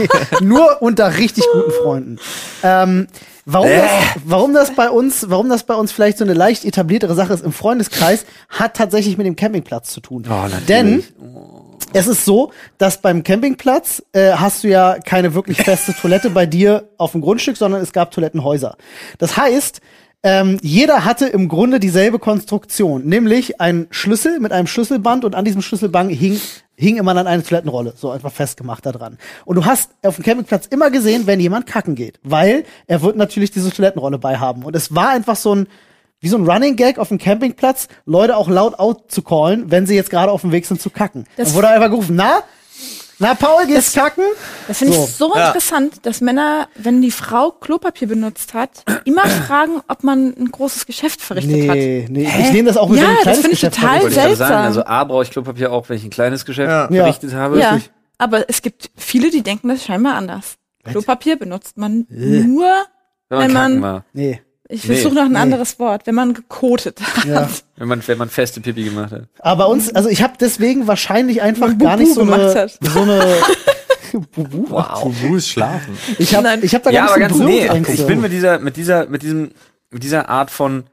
nur unter richtig guten Freunden. Ähm, warum, Äh. das, warum das bei uns, warum das bei uns vielleicht so eine leicht etabliertere Sache ist im Freundeskreis, hat tatsächlich mit dem Campingplatz zu tun. Oh, natürlich. Denn es ist so, dass beim Campingplatz äh, hast du ja keine wirklich feste Toilette bei dir auf dem Grundstück, sondern es gab Toilettenhäuser. Das heißt, ähm, jeder hatte im Grunde dieselbe Konstruktion, nämlich einen Schlüssel mit einem Schlüsselband und an diesem Schlüsselband hing, hing immer dann eine Toilettenrolle, so einfach festgemacht da dran. Und du hast auf dem Campingplatz immer gesehen, wenn jemand kacken geht, weil er wird natürlich diese Toilettenrolle bei haben. Und es war einfach so ein wie so ein Running Gag auf dem Campingplatz, Leute auch laut out zu callen, wenn sie jetzt gerade auf dem Weg sind zu kacken. Das Dann wurde einfach gerufen, na, na Paul, gehst kacken? Das finde So. ich so Ja. interessant, dass Männer, wenn die Frau Klopapier benutzt hat, immer fragen, ob man ein großes Geschäft verrichtet hat. Nee, nee, ich nehme das auch mit Ja, so einem das kleines finde ich Geschäft total verrichtet. Wollte ich gerade sagen, seltsam. also A, brauche ich Klopapier auch, wenn ich ein kleines Geschäft Ja. verrichtet habe. Ja, aber es gibt viele, die denken das scheinbar anders. Klopapier benutzt man nur, Wenn man Wenn man- kacken war. Nee. ich Nee, versuche noch ein nee. anderes Wort, wenn man gekotet hat. Ja. Wenn man, wenn man feste Pipi gemacht hat. Aber bei uns, also ich habe deswegen wahrscheinlich einfach Man gar nicht so Bubu gemacht eine, hat. so eine Bubu. Bubu ist schlafen. Ich habe Nein. ich hab da Ja, gar aber nicht ganz so nee, Berührungsängste. ich bin mit dieser, mit dieser, mit diesem, mit dieser Art von,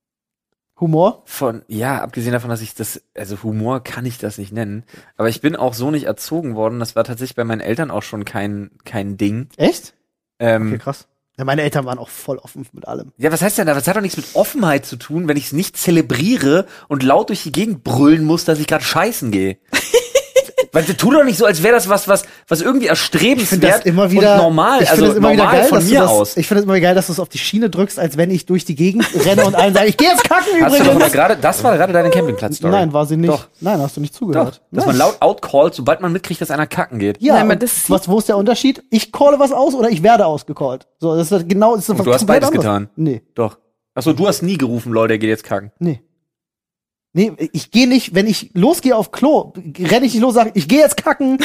Humor. von, ja, abgesehen davon, dass ich das, also Humor kann ich das nicht nennen, aber ich bin auch so nicht erzogen worden, das war tatsächlich bei meinen Eltern auch schon kein, kein Ding. Echt? Ähm, Okay, krass. Ja, meine Eltern waren auch voll offen mit allem. Ja, was heißt denn da? Das hat doch nichts mit Offenheit zu tun, wenn ich es nicht zelebriere und laut durch die Gegend brüllen muss, dass ich gerade scheißen gehe. Weil tu doch nicht so, als wäre das was, was, was irgendwie Ich finde erstrebenswert das immer wieder und normal, ich also finde das immer wieder normal geil, von dass du mir das, aus. Ich finde es immer geil, dass du es auf die Schiene drückst, als wenn ich durch die Gegend renne und allen sage, ich gehe jetzt kacken Hast du doch übrigens. aber gerade, das war gerade deine Campingplatz-Story. Nein, war sie nicht. Doch. Nein, hast du nicht zugehört. Doch, dass Nein. man laut outcallt, sobald man mitkriegt, dass einer kacken geht. Ja, Nein, aber und das- was, wo ist der Unterschied? Ich calle was aus oder ich werde ausgecallt. So, das ist genau, das ist Und was du hast komplett beides anderes. getan. Nee, Doch. Achso, du hast nie gerufen, Leute, der geht jetzt kacken. nee. Nee, ich gehe nicht, wenn ich losgehe auf Klo, renne ich nicht los, sage, ich gehe jetzt kacken.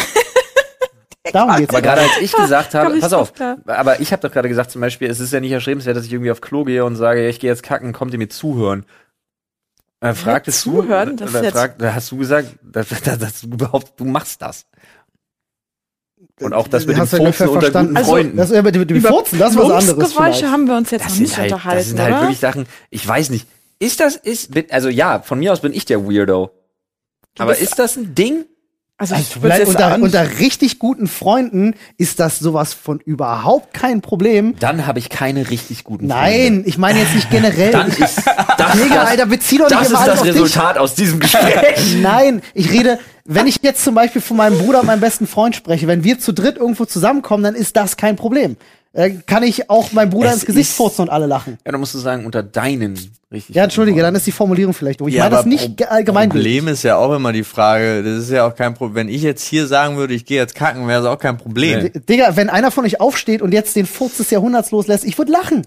Darum geht's. Aber gerade als ich gesagt habe, Komm ich pass drauf auf, klar. aber ich habe doch gerade gesagt zum Beispiel, es ist ja nicht erstrebenswert, dass ich irgendwie auf Klo gehe und sage, ja, ich gehe jetzt kacken, kommt ihr mir zuhören? Äh, fragtest du, zuhören? Das ist oder jetzt- frag, da hast du gesagt, dass, dass, dass du überhaupt, du machst das. Und auch das mit dem Hast du ja Furzen ungefähr unter verstanden. guten Also, Freunden. Das, äh, mit dem mit dem Furzen, das ist was anderes Plumpsgeräusche vielleicht. haben wir uns jetzt Das noch sind nicht halt, unterhalten, das sind halt oder? wirklich Sachen, ich weiß nicht, ist das, ist, also ja, von mir aus bin ich der Weirdo. Aber bist- ist das ein Ding? Also, Also ich würd's vielleicht jetzt unter, auch nicht- unter richtig guten Freunden ist das sowas von überhaupt kein Problem. Dann habe ich keine richtig guten Nein, ich meine jetzt nicht generell. Freunde. Dann ist das, Digga, das, Alter, bezieh doch nicht das immer ist alles das auf dich. Resultat aus diesem Gespräch. Nein, ich rede, wenn ich jetzt zum Beispiel von meinem Bruder und meinem besten Freund spreche, wenn wir zu dritt irgendwo zusammenkommen, dann ist das kein Problem. Äh, kann ich auch meinem Bruder Es ins Gesicht ist- furzen und alle lachen. Ja, dann musst du sagen, unter deinen richtig. Ja, entschuldige, guten dann ist die Formulierung vielleicht doof. Ich Ja, meine das aber nicht Pro- allgemein. Problem ist ja auch immer die Frage, das ist ja auch kein Problem. Wenn ich jetzt hier sagen würde, ich gehe jetzt kacken, wäre es auch kein Problem. Nee. D- Digga, wenn einer von euch aufsteht und jetzt den Furz des Jahrhunderts loslässt, ich würde lachen.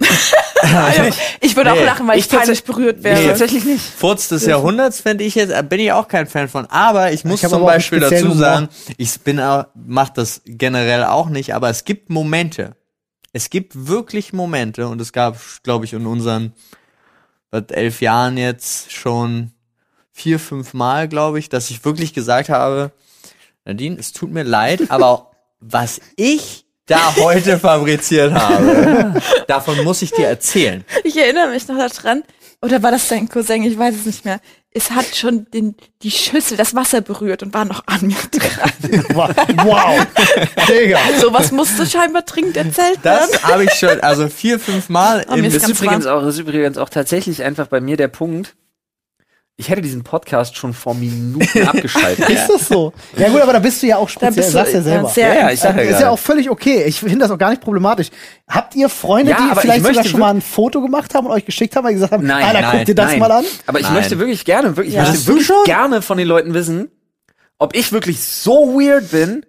Ich würde Nee, auch lachen, weil ich, ich tats- peinlich berührt wäre. Nee. Tatsächlich nicht. Furz des Jahrhunderts fände ich jetzt, bin ich auch kein Fan von. Aber ich muss Ich hab zum aber auch einen Beispiel speziellen dazu Humor. sagen, ich bin auch, mach das generell auch nicht, aber es gibt Momente. Es gibt wirklich Momente und es gab, glaube ich, in unseren seit elf Jahren jetzt schon vier, fünf Mal, glaube ich, dass ich wirklich gesagt habe, Nadine, es tut mir leid, aber was ich da heute fabriziert habe, davon muss ich dir erzählen. Ich erinnere mich noch daran. Oder war das dein Cousin? Ich weiß es nicht mehr. Es hat schon den, die Schüssel, das Wasser berührt und war noch an mir dran. Wow. Digga. Sowas musste scheinbar dringend erzählt werden. Das habe ich schon, also vier, fünf Mal Oh, im mir ist Das ist, ganz übrigens auch, das ist übrigens auch tatsächlich einfach bei mir der Punkt, ich hätte diesen Podcast schon vor Minuten abgeschaltet. Ist das so? Ja gut, aber da bist du ja auch Da speziell, bist du sagst ja selber. sehr, Ja, ja, ich sag ja Ist ja gerade. auch völlig okay. Ich finde das auch gar nicht problematisch. Habt ihr Freunde, Ja, die aber vielleicht ich sogar möchte schon mal ein Foto gemacht haben und euch geschickt haben, weil die gesagt haben, Nein, Alter, nein, guck dir das Nein. mal an? Aber ich Nein. möchte wirklich gerne, wirklich, Ja. ich Hast möchte du wirklich schon? gerne von den Leuten wissen, ob ich wirklich so weird bin,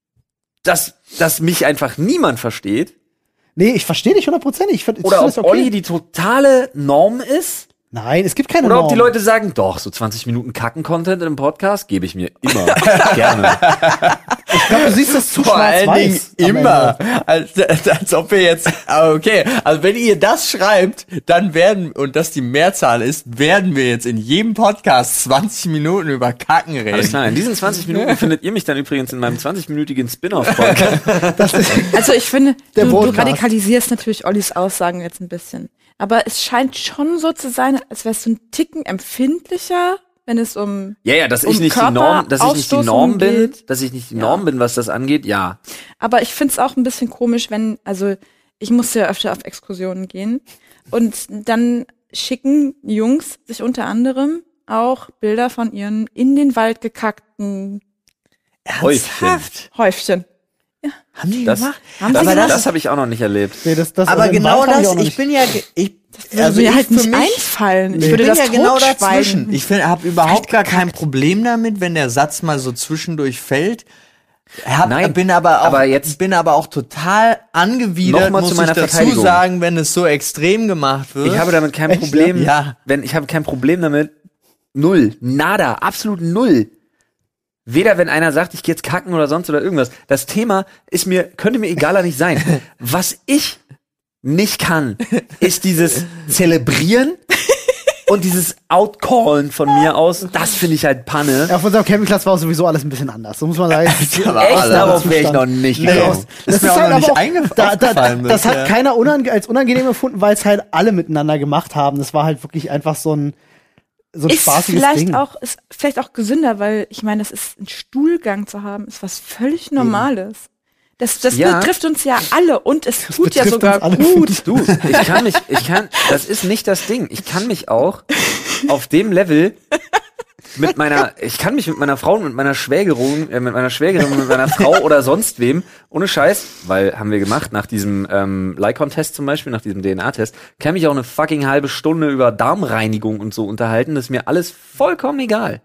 dass, dass mich einfach niemand versteht. Nee, ich verstehe dich hundertprozentig. Ich find, Oder ob okay. Olli die totale Norm ist. Nein, es gibt keine Oder Norm. ob die Leute sagen, doch, so zwanzig Minuten Kacken-Content im Podcast gebe ich mir immer gerne. Ich glaube, du siehst das zu Vor allen Dingen schwarz-weiß. am immer. Ende. Als, als ob wir jetzt, ah, okay, also wenn ihr das schreibt, dann werden, und das die Mehrzahl ist, werden wir jetzt in jedem Podcast zwanzig Minuten über Kacken reden. Alles klar, in diesen zwanzig Minuten findet ihr mich dann übrigens in meinem zwanzig-minütigen Spin-off-Podcast. Das ist, Also ich finde, Der du, du Podcast. radikalisierst natürlich Ollis Aussagen jetzt ein bisschen. Aber es scheint schon so zu sein, als wärst du ein Ticken empfindlicher, wenn es um Ja, ja, dass um ich nicht die Norm, dass ich nicht die Körperausstoßungen Norm bin, geht. dass ich nicht die Ja. Norm bin, was das angeht, ja. Aber ich find's auch ein bisschen komisch, wenn, also ich musste ja öfter auf Exkursionen gehen und dann schicken Jungs sich unter anderem auch Bilder von ihren in den Wald gekackten Häufchen. Häufchen. Haben die Das, gemacht? Haben das, sie das, gemacht? das habe ich auch noch nicht erlebt. nee, das, das, Aber also im genau Wald hab das, auch noch ich nicht- bin ja, ge- ich, Würde also mir ich halt für nicht mich, einfallen. Nee. Ich ich würde bin das ja genau totschweigen. dazwischen. Ich habe überhaupt gar kein Problem damit, wenn der Satz mal so zwischendurch fällt. Hab, Nein, bin aber auch, aber jetzt- bin aber auch total angewidert, Nochmal muss zu meiner ich dazu Verteidigung. sagen, wenn es so extrem gemacht wird. Ich habe damit kein Echt, Problem. ja? Wenn ich habe kein Problem damit. Null, nada, absolut null. Weder wenn einer sagt, ich gehe jetzt kacken oder sonst oder irgendwas. Das Thema ist mir könnte mir egaler nicht sein. Was ich nicht kann, ist dieses Zelebrieren und dieses Outcallen von mir aus. Das finde ich halt Panne. Ja, auf unserem Campingplatz war auch sowieso alles ein bisschen anders. So muss man sagen. Aber Echt, alle darauf wäre ich noch Zustand. nicht Nee, gekommen. Das ist mir auch noch halt nicht aber eingef- da, da, aufgefallen Das bisher. hat keiner unange als unangenehm empfunden, weil es halt alle miteinander gemacht haben. Das war halt wirklich einfach so ein, so ein Ist spaßiges vielleicht Ding. auch, ist vielleicht auch gesünder, weil ich meine, das ist ein Stuhlgang zu haben, ist was völlig Normales. Das, das Ja. betrifft uns ja alle und es tut ja betrifft sogar uns alle, gut. Du, ich kann mich, ich kann, das ist nicht das Ding. Ich kann mich auch auf dem Level mit meiner, ich kann mich mit meiner Frau und mit meiner Schwägerung, äh, mit meiner Schwägerin und mit meiner Frau oder sonst wem, ohne Scheiß, weil haben wir gemacht, nach diesem ähm, Lycon-Test zum Beispiel, nach diesem D N A-Test, kann mich auch eine fucking halbe Stunde über Darmreinigung und so unterhalten. Das ist mir alles vollkommen egal.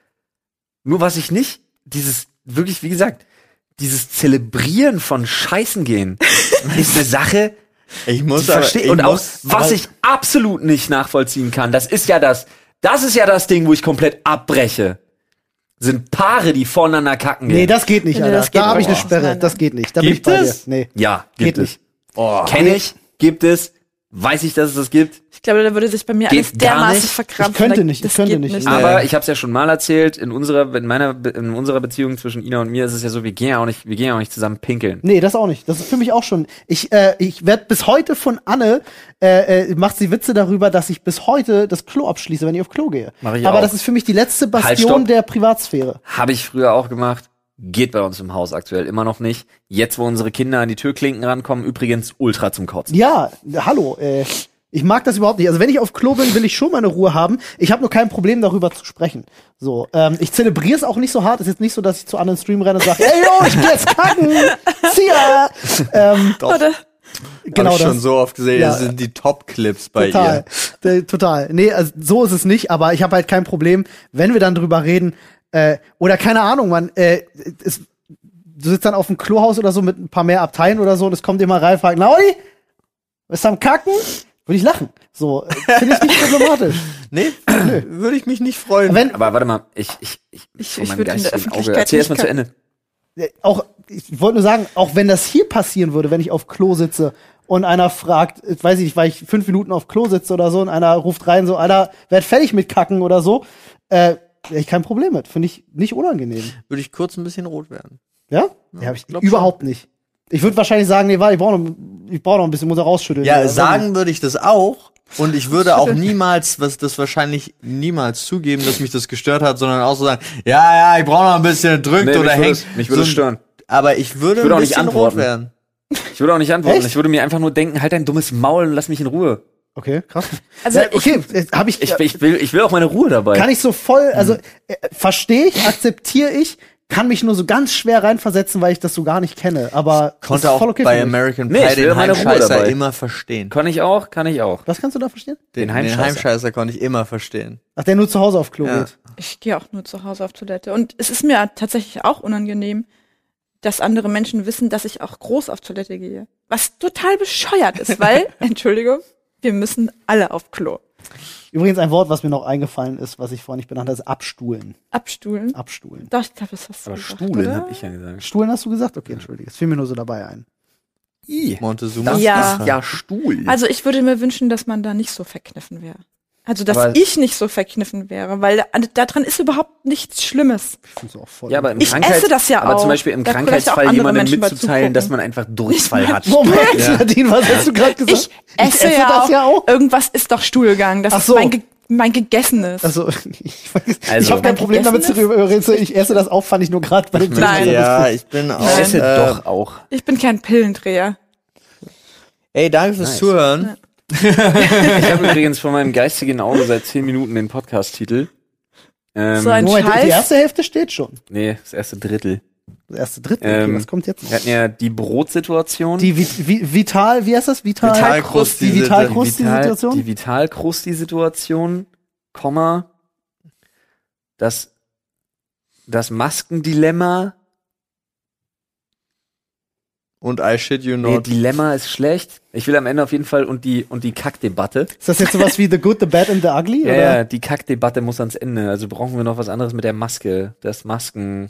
Nur was ich nicht, dieses, wirklich, wie gesagt, dieses Zelebrieren von Scheißen gehen, ist eine Sache, Ich ich muss aber, verstehe. ich Und auch, muss, was aber- ich absolut nicht nachvollziehen kann, das ist ja das, das ist ja das Ding, wo ich komplett abbreche. Sind Paare, die voneinander kacken gehen. Nee, das geht nicht, Nee, Alter. das geht Da habe ich eine nicht. Sperre. Nein, Das nein. geht nicht. Da Gibt bin ich bei es? dir. Nee. ja, Geht gibt nicht. es. Kenn ich, gibt es, weiß ich, dass es das gibt. Ich glaube, da würde sich bei mir Geht alles gar dermaßen nicht. verkrampfen. Ich könnte Da- nicht, ich das könnte geht nicht. Aber Nee. ich habe es ja schon mal erzählt, in unserer, in meiner, in unserer Beziehung zwischen Ina und mir ist es ja so, wir gehen ja auch nicht, wir gehen ja auch nicht zusammen pinkeln. Nee, das auch nicht. Das ist für mich auch schon. Ich, äh, ich werde bis heute von Anne, äh, äh, macht sie Witze darüber, dass ich bis heute das Klo abschließe, wenn ich auf Klo gehe. Mach ich Aber auch. das ist für mich die letzte Halt, Bastion stopp. der Privatsphäre. Habe ich früher auch gemacht. Geht bei uns im Haus aktuell immer noch nicht. Jetzt, wo unsere Kinder an die Türklinken rankommen, übrigens ultra zum Kotzen. Ja, hallo. Äh, ich mag das überhaupt nicht. Also wenn ich auf Klo bin, will ich schon meine Ruhe haben. Ich habe nur kein Problem, darüber zu sprechen. So, ähm, ich zelebriere es auch nicht so hart. Ist jetzt nicht so, dass ich zu anderen Stream renne und sage, ey, yo, ich geh jetzt kacken. See ya. Ähm, Oder? genau Hab ich das. schon so oft gesehen, Ja. das sind die Top-Clips bei Total, ihr. äh, total. Nee, also so ist es nicht, aber ich habe halt kein Problem, wenn wir dann drüber reden, äh, oder keine Ahnung, man, äh, es, du sitzt dann auf dem Klohaus oder so mit ein paar mehr Abteilen oder so und es kommt immer rein und fragt, na Olli, bist du am Kacken? Würde ich lachen. So, äh, finde ich nicht problematisch. Nee, würde ich mich nicht freuen. Wenn, Aber warte mal, ich, ich, ich, Ich- vor ich meinem würde in der geistigen Auge. Öffentlichkeit Erzähl erst mal nicht zu Ende. äh, auch, ich wollte nur sagen, auch wenn das hier passieren würde, wenn ich auf Klo sitze und einer fragt, äh, weiß ich nicht, weil ich fünf Minuten auf Klo sitze oder so und einer ruft rein so, Alter, werd fertig mit Kacken oder so, äh, hätte ich kein Problem mit. Finde ich nicht unangenehm. Würde ich kurz ein bisschen rot werden. Ja? Ja, hab ich glaub überhaupt nicht. Ich würde wahrscheinlich sagen, nee, warte, ich brauche noch, ich brauch noch ein bisschen, muss er rausschütteln. Ja, Oder sagen würde ich das auch. Und ich würde auch niemals, was das wahrscheinlich niemals zugeben, dass mich das gestört hat, sondern auch so sagen, ja, ja, ich brauche noch ein bisschen drückt Nee, oder mich würde hängt. es- mich würde es So- stören. Aber ich würde, Ich würde auch ein nicht bisschen antworten. rot werden. Ich würde auch nicht antworten. Echt? Ich würde mir einfach nur denken, halt dein dummes Maul und lass mich in Ruhe. Okay, krass. Also ja, okay, habe ich, Ich, ich will, ich will auch meine Ruhe dabei. kann ich so voll, also äh, verstehe ich, akzeptiere ich, kann mich nur so ganz schwer reinversetzen, weil ich das so gar nicht kenne. Aber das Konnte ist auch voll okay bei für mich. American Nee, Pie ich will den meine Ruhe Heimscheißer dabei. immer verstehen. Kann ich auch, kann ich auch. Was kannst du da verstehen? Den, den Heimscheißer. Heimscheißer. konnte ich immer verstehen. Ach, der nur zu Hause auf Klo Ja. geht. Ich gehe auch nur zu Hause auf Toilette. Und es ist mir tatsächlich auch unangenehm, dass andere Menschen wissen, dass ich auch groß auf Toilette gehe. Was total bescheuert ist, weil, Entschuldigung, wir müssen alle auf Klo. Übrigens ein Wort, was mir noch eingefallen ist, was ich vorhin nicht benannt habe, ist Abstuhlen. Abstuhlen. Abstuhlen. Doch, ich glaube, das hast du Aber gesagt, Stuhlen, oder? hab ich ja gesagt. Stuhlen hast du gesagt? Okay, entschuldige. Es fiel mir nur so dabei ein. I, Montezuma. das Ja. ist ja Stuhl. Also ich würde mir wünschen, dass man da nicht so verkniffen wäre. Also, dass Aber- ich nicht so verkniffen wäre, weil da, da dran ist überhaupt nichts Schlimmes. Ich find's auch voll. ja, aber im Ich Krankheits- esse das ja aber auch. zum Beispiel im Da vielleicht auch Krankheitsfall andere jemandem Menschen bei mitzuteilen, dass zugucken. man einfach Durchfall hat. Moment, Ja. Nadine, was hast du gerade gesagt? Ich esse, ja, das auch, ja auch. Irgendwas ist doch Stuhlgang. Das Ach so. ist mein, Ge mein Gegessenes. Also, ich, weiß- Also- ich habe kein Problem damit zu reden. Ich esse das auch, fand ich nur gerade bei dem Thema. Nein. sehr Ja, lustig. ich bin auch. Nein. Ich esse äh, doch auch. Ich bin kein Pillendreher. Ey, danke fürs Nice. Zuhören. Ich habe übrigens von meinem geistigen Auge seit zehn Minuten den Podcast-Titel. Ähm, So ein Moment, die Scheiß. erste Hälfte steht schon. nee, das erste Drittel. Das erste Drittel. Okay, Ähm, was kommt jetzt noch? Wir hatten ja die Brotsituation. Die Vi Vi Vital, wie heißt das? Vital? Vitalkrust, Die diese- Vitalkrust, die Vital- Situation? Die Vitalkrusti-Situation, Komma, das, das Maskendilemma. Und I shit you Nee, not. Dilemma ist schlecht. Ich will am Ende auf jeden Fall und die, und die Kackdebatte. Ist das jetzt sowas wie The Good, The Bad and The Ugly? Ja, oder? ja, die Kackdebatte muss ans Ende. Also brauchen wir noch was anderes mit der Maske. Das Masken.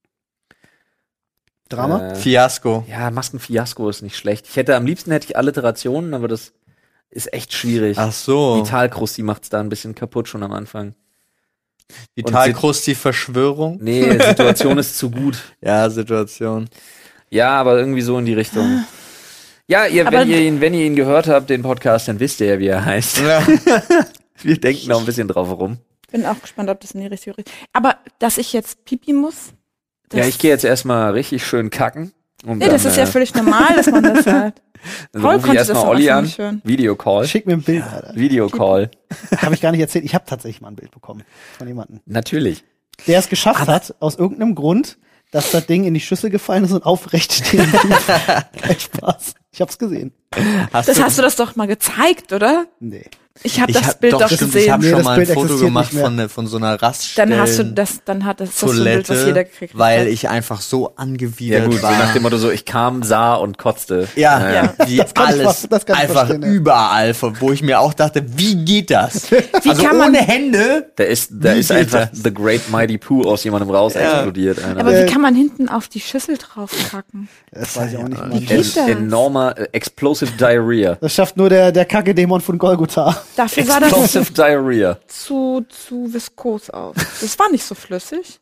Drama? Äh, Fiasko. ja, Maskenfiasko ist nicht schlecht. Ich hätte am liebsten hätte ich Alliterationen, aber das ist echt schwierig. Ach so. Vitalkrusti macht's da ein bisschen kaputt schon am Anfang. Vitalkrust, die Verschwörung. Nee, Situation ist zu gut. Ja, Situation. Ja, aber irgendwie so in die Richtung. Ja, ihr, Aber- wenn ihr ihn, wenn ihr ihn gehört habt, den Podcast, dann wisst ihr ja, wie er heißt. Ja. Wir denken noch ein bisschen drauf rum. Bin auch gespannt, ob das in die richtige Richtung. Aber dass ich jetzt pipi muss. Das, Ja, ich gehe jetzt erstmal richtig schön kacken. Und Nee, das dann, ist ja äh, völlig normal, dass man das hat. dann Paul rufe ich konnte das erstmal aber Olli für an. mich hören. Videocall. Schick mir ein Bild, Alter. Videocall. Habe ich gar nicht erzählt. Ich habe tatsächlich mal ein Bild bekommen von jemandem, Natürlich. der es geschafft hat, aus irgendeinem Grund, dass das Ding in die Schüssel gefallen ist und aufrecht stehen blieb. Kein Spaß. Ich hab's gesehen. Hast Das hast du das doch mal gezeigt, oder? Nee. Ich habe ich das hab, Bild doch, doch stimmt, gesehen. ich habe Nee, schon das mal ein Bild Foto existiert gemacht nicht mehr. von, ne- von so einer Raststellen. Dann hast du das, dann hat das, das so ein Bild, was jeder Toilette, gekriegt weil hat. ich einfach so angewidert Ja gut, so war. nach dem Motto so, ich kam, sah und kotzte. Ja, Äh, Ja. wie Das kann ich alles ver- das kann ich einfach verstehen, ja. überall, wo ich mir auch dachte, wie geht das? Wie also kann man- ohne Hände. Da ist, da Wie ist geht einfach das? The Great Mighty Pooh aus jemandem raus explodiert. Alter. Aber Äh, wie kann man hinten auf die Schüssel draufkacken? Das weiß ich auch nicht. Wie Mann. geht En das? enormer äh, Explosive Diarrhea. Das schafft nur der, der Kacke-Dämon von Golgotha. Dafür sah das Explosive Diarrhea. zu, zu viskos aus. Das war nicht so flüssig.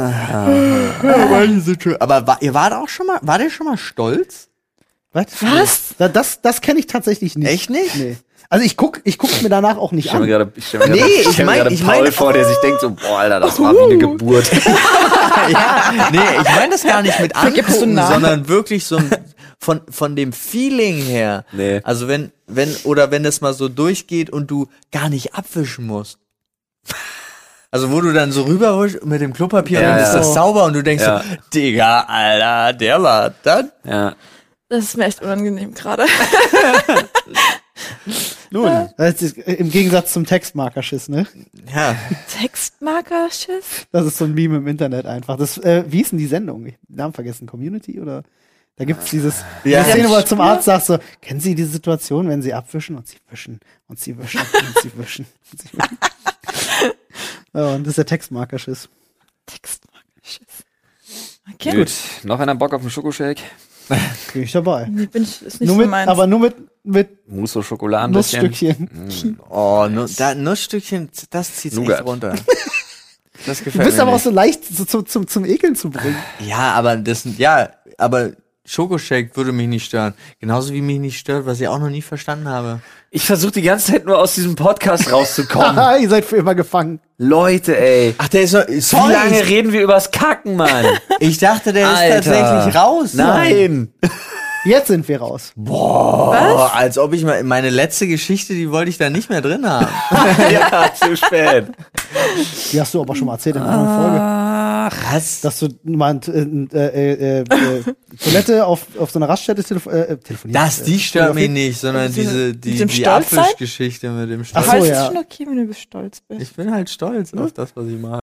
Aber war, ihr wart auch schon mal, war der schon mal stolz? Was? Was? Da- Das, das kenne ich tatsächlich nicht. Echt nicht? Nee. Also ich guck, ich guck mir danach auch nicht Ich stelle mir an. gerade, ich stell mir Nee, gerade, ich stell mir mein- gerade ich Paul mein- vor, der sich denkt so, boah, Alter, das war wie eine Geburt. Ja, nee, ich meine das gar nicht mit Vergibst du angucken, nach? sondern wirklich so ein, von, von dem Feeling her. Nee. Also wenn, wenn, oder wenn das mal so durchgeht und du gar nicht abwischen musst. Also wo du dann so rüberholst mit dem Klopapier Ja, und dann ja. ist das sauber und du denkst Ja. so, Digga, Alter, der war dann. Ja. Das ist mir echt unangenehm gerade. Nun. Das ist im Gegensatz zum Textmarkerschiss, ne? Ja. Textmarker-Schiss? Das ist so ein Meme im Internet einfach. Das, äh, wie hieß denn die Sendung? Ich hab den Namen vergessen. Community oder? Da gibt's dieses, Ja. die Szene, wo er zum Arzt sagt so, kennen Sie diese Situation, wenn Sie abwischen und Sie wischen und Sie wischen und Sie wischen und Sie wischen. Ja, und das ist der Textmarkerschiss. Textmarker-Schiss. Okay. Gut. Noch einer Bock auf einen Schokoshake? Bin ich dabei. Nee, bin ich, ist nicht Nur so mit, meins. aber nur mit, mit Mousse au Schokolade ein bisschen. Nussstückchen. Oh, nu, da, Nussstückchen, das zieht's Nougat. echt runter. Das Du gefällt bist mir aber auch nicht. so leicht so, zum, zum, zum Ekeln zu bringen. Ja, aber das, ja, aber Schokoshake würde mich nicht stören. Genauso wie mich nicht stört, was ich auch noch nie verstanden habe. Ich versuche die ganze Zeit nur aus diesem Podcast rauszukommen. Haha, ihr seid für immer gefangen. Leute, ey. Ach, der ist so, Wie sorry, lange reden wir übers Kacken, Mann? ich dachte, der Alter. ist tatsächlich raus. Nein. Jetzt sind wir raus. Oh, als ob ich mal, meine letzte Geschichte, die wollte ich da nicht mehr drin haben. Ja, zu spät. Die hast du aber schon mal erzählt in einer anderen Folge. Ah, nach, Was? dass du mal äh, äh, äh, äh, Toilette auf, auf so einer Raststätte telefo äh, telefoniert. Das, die stört mich nicht, sondern Diese- diese, mit die, dem die Stolz sein? Abwischgeschichte mit dem Ach Stolz. so, Aber es ja. ist schon okay, wenn du stolz bist. Ich bin halt stolz auf das, was ich mache.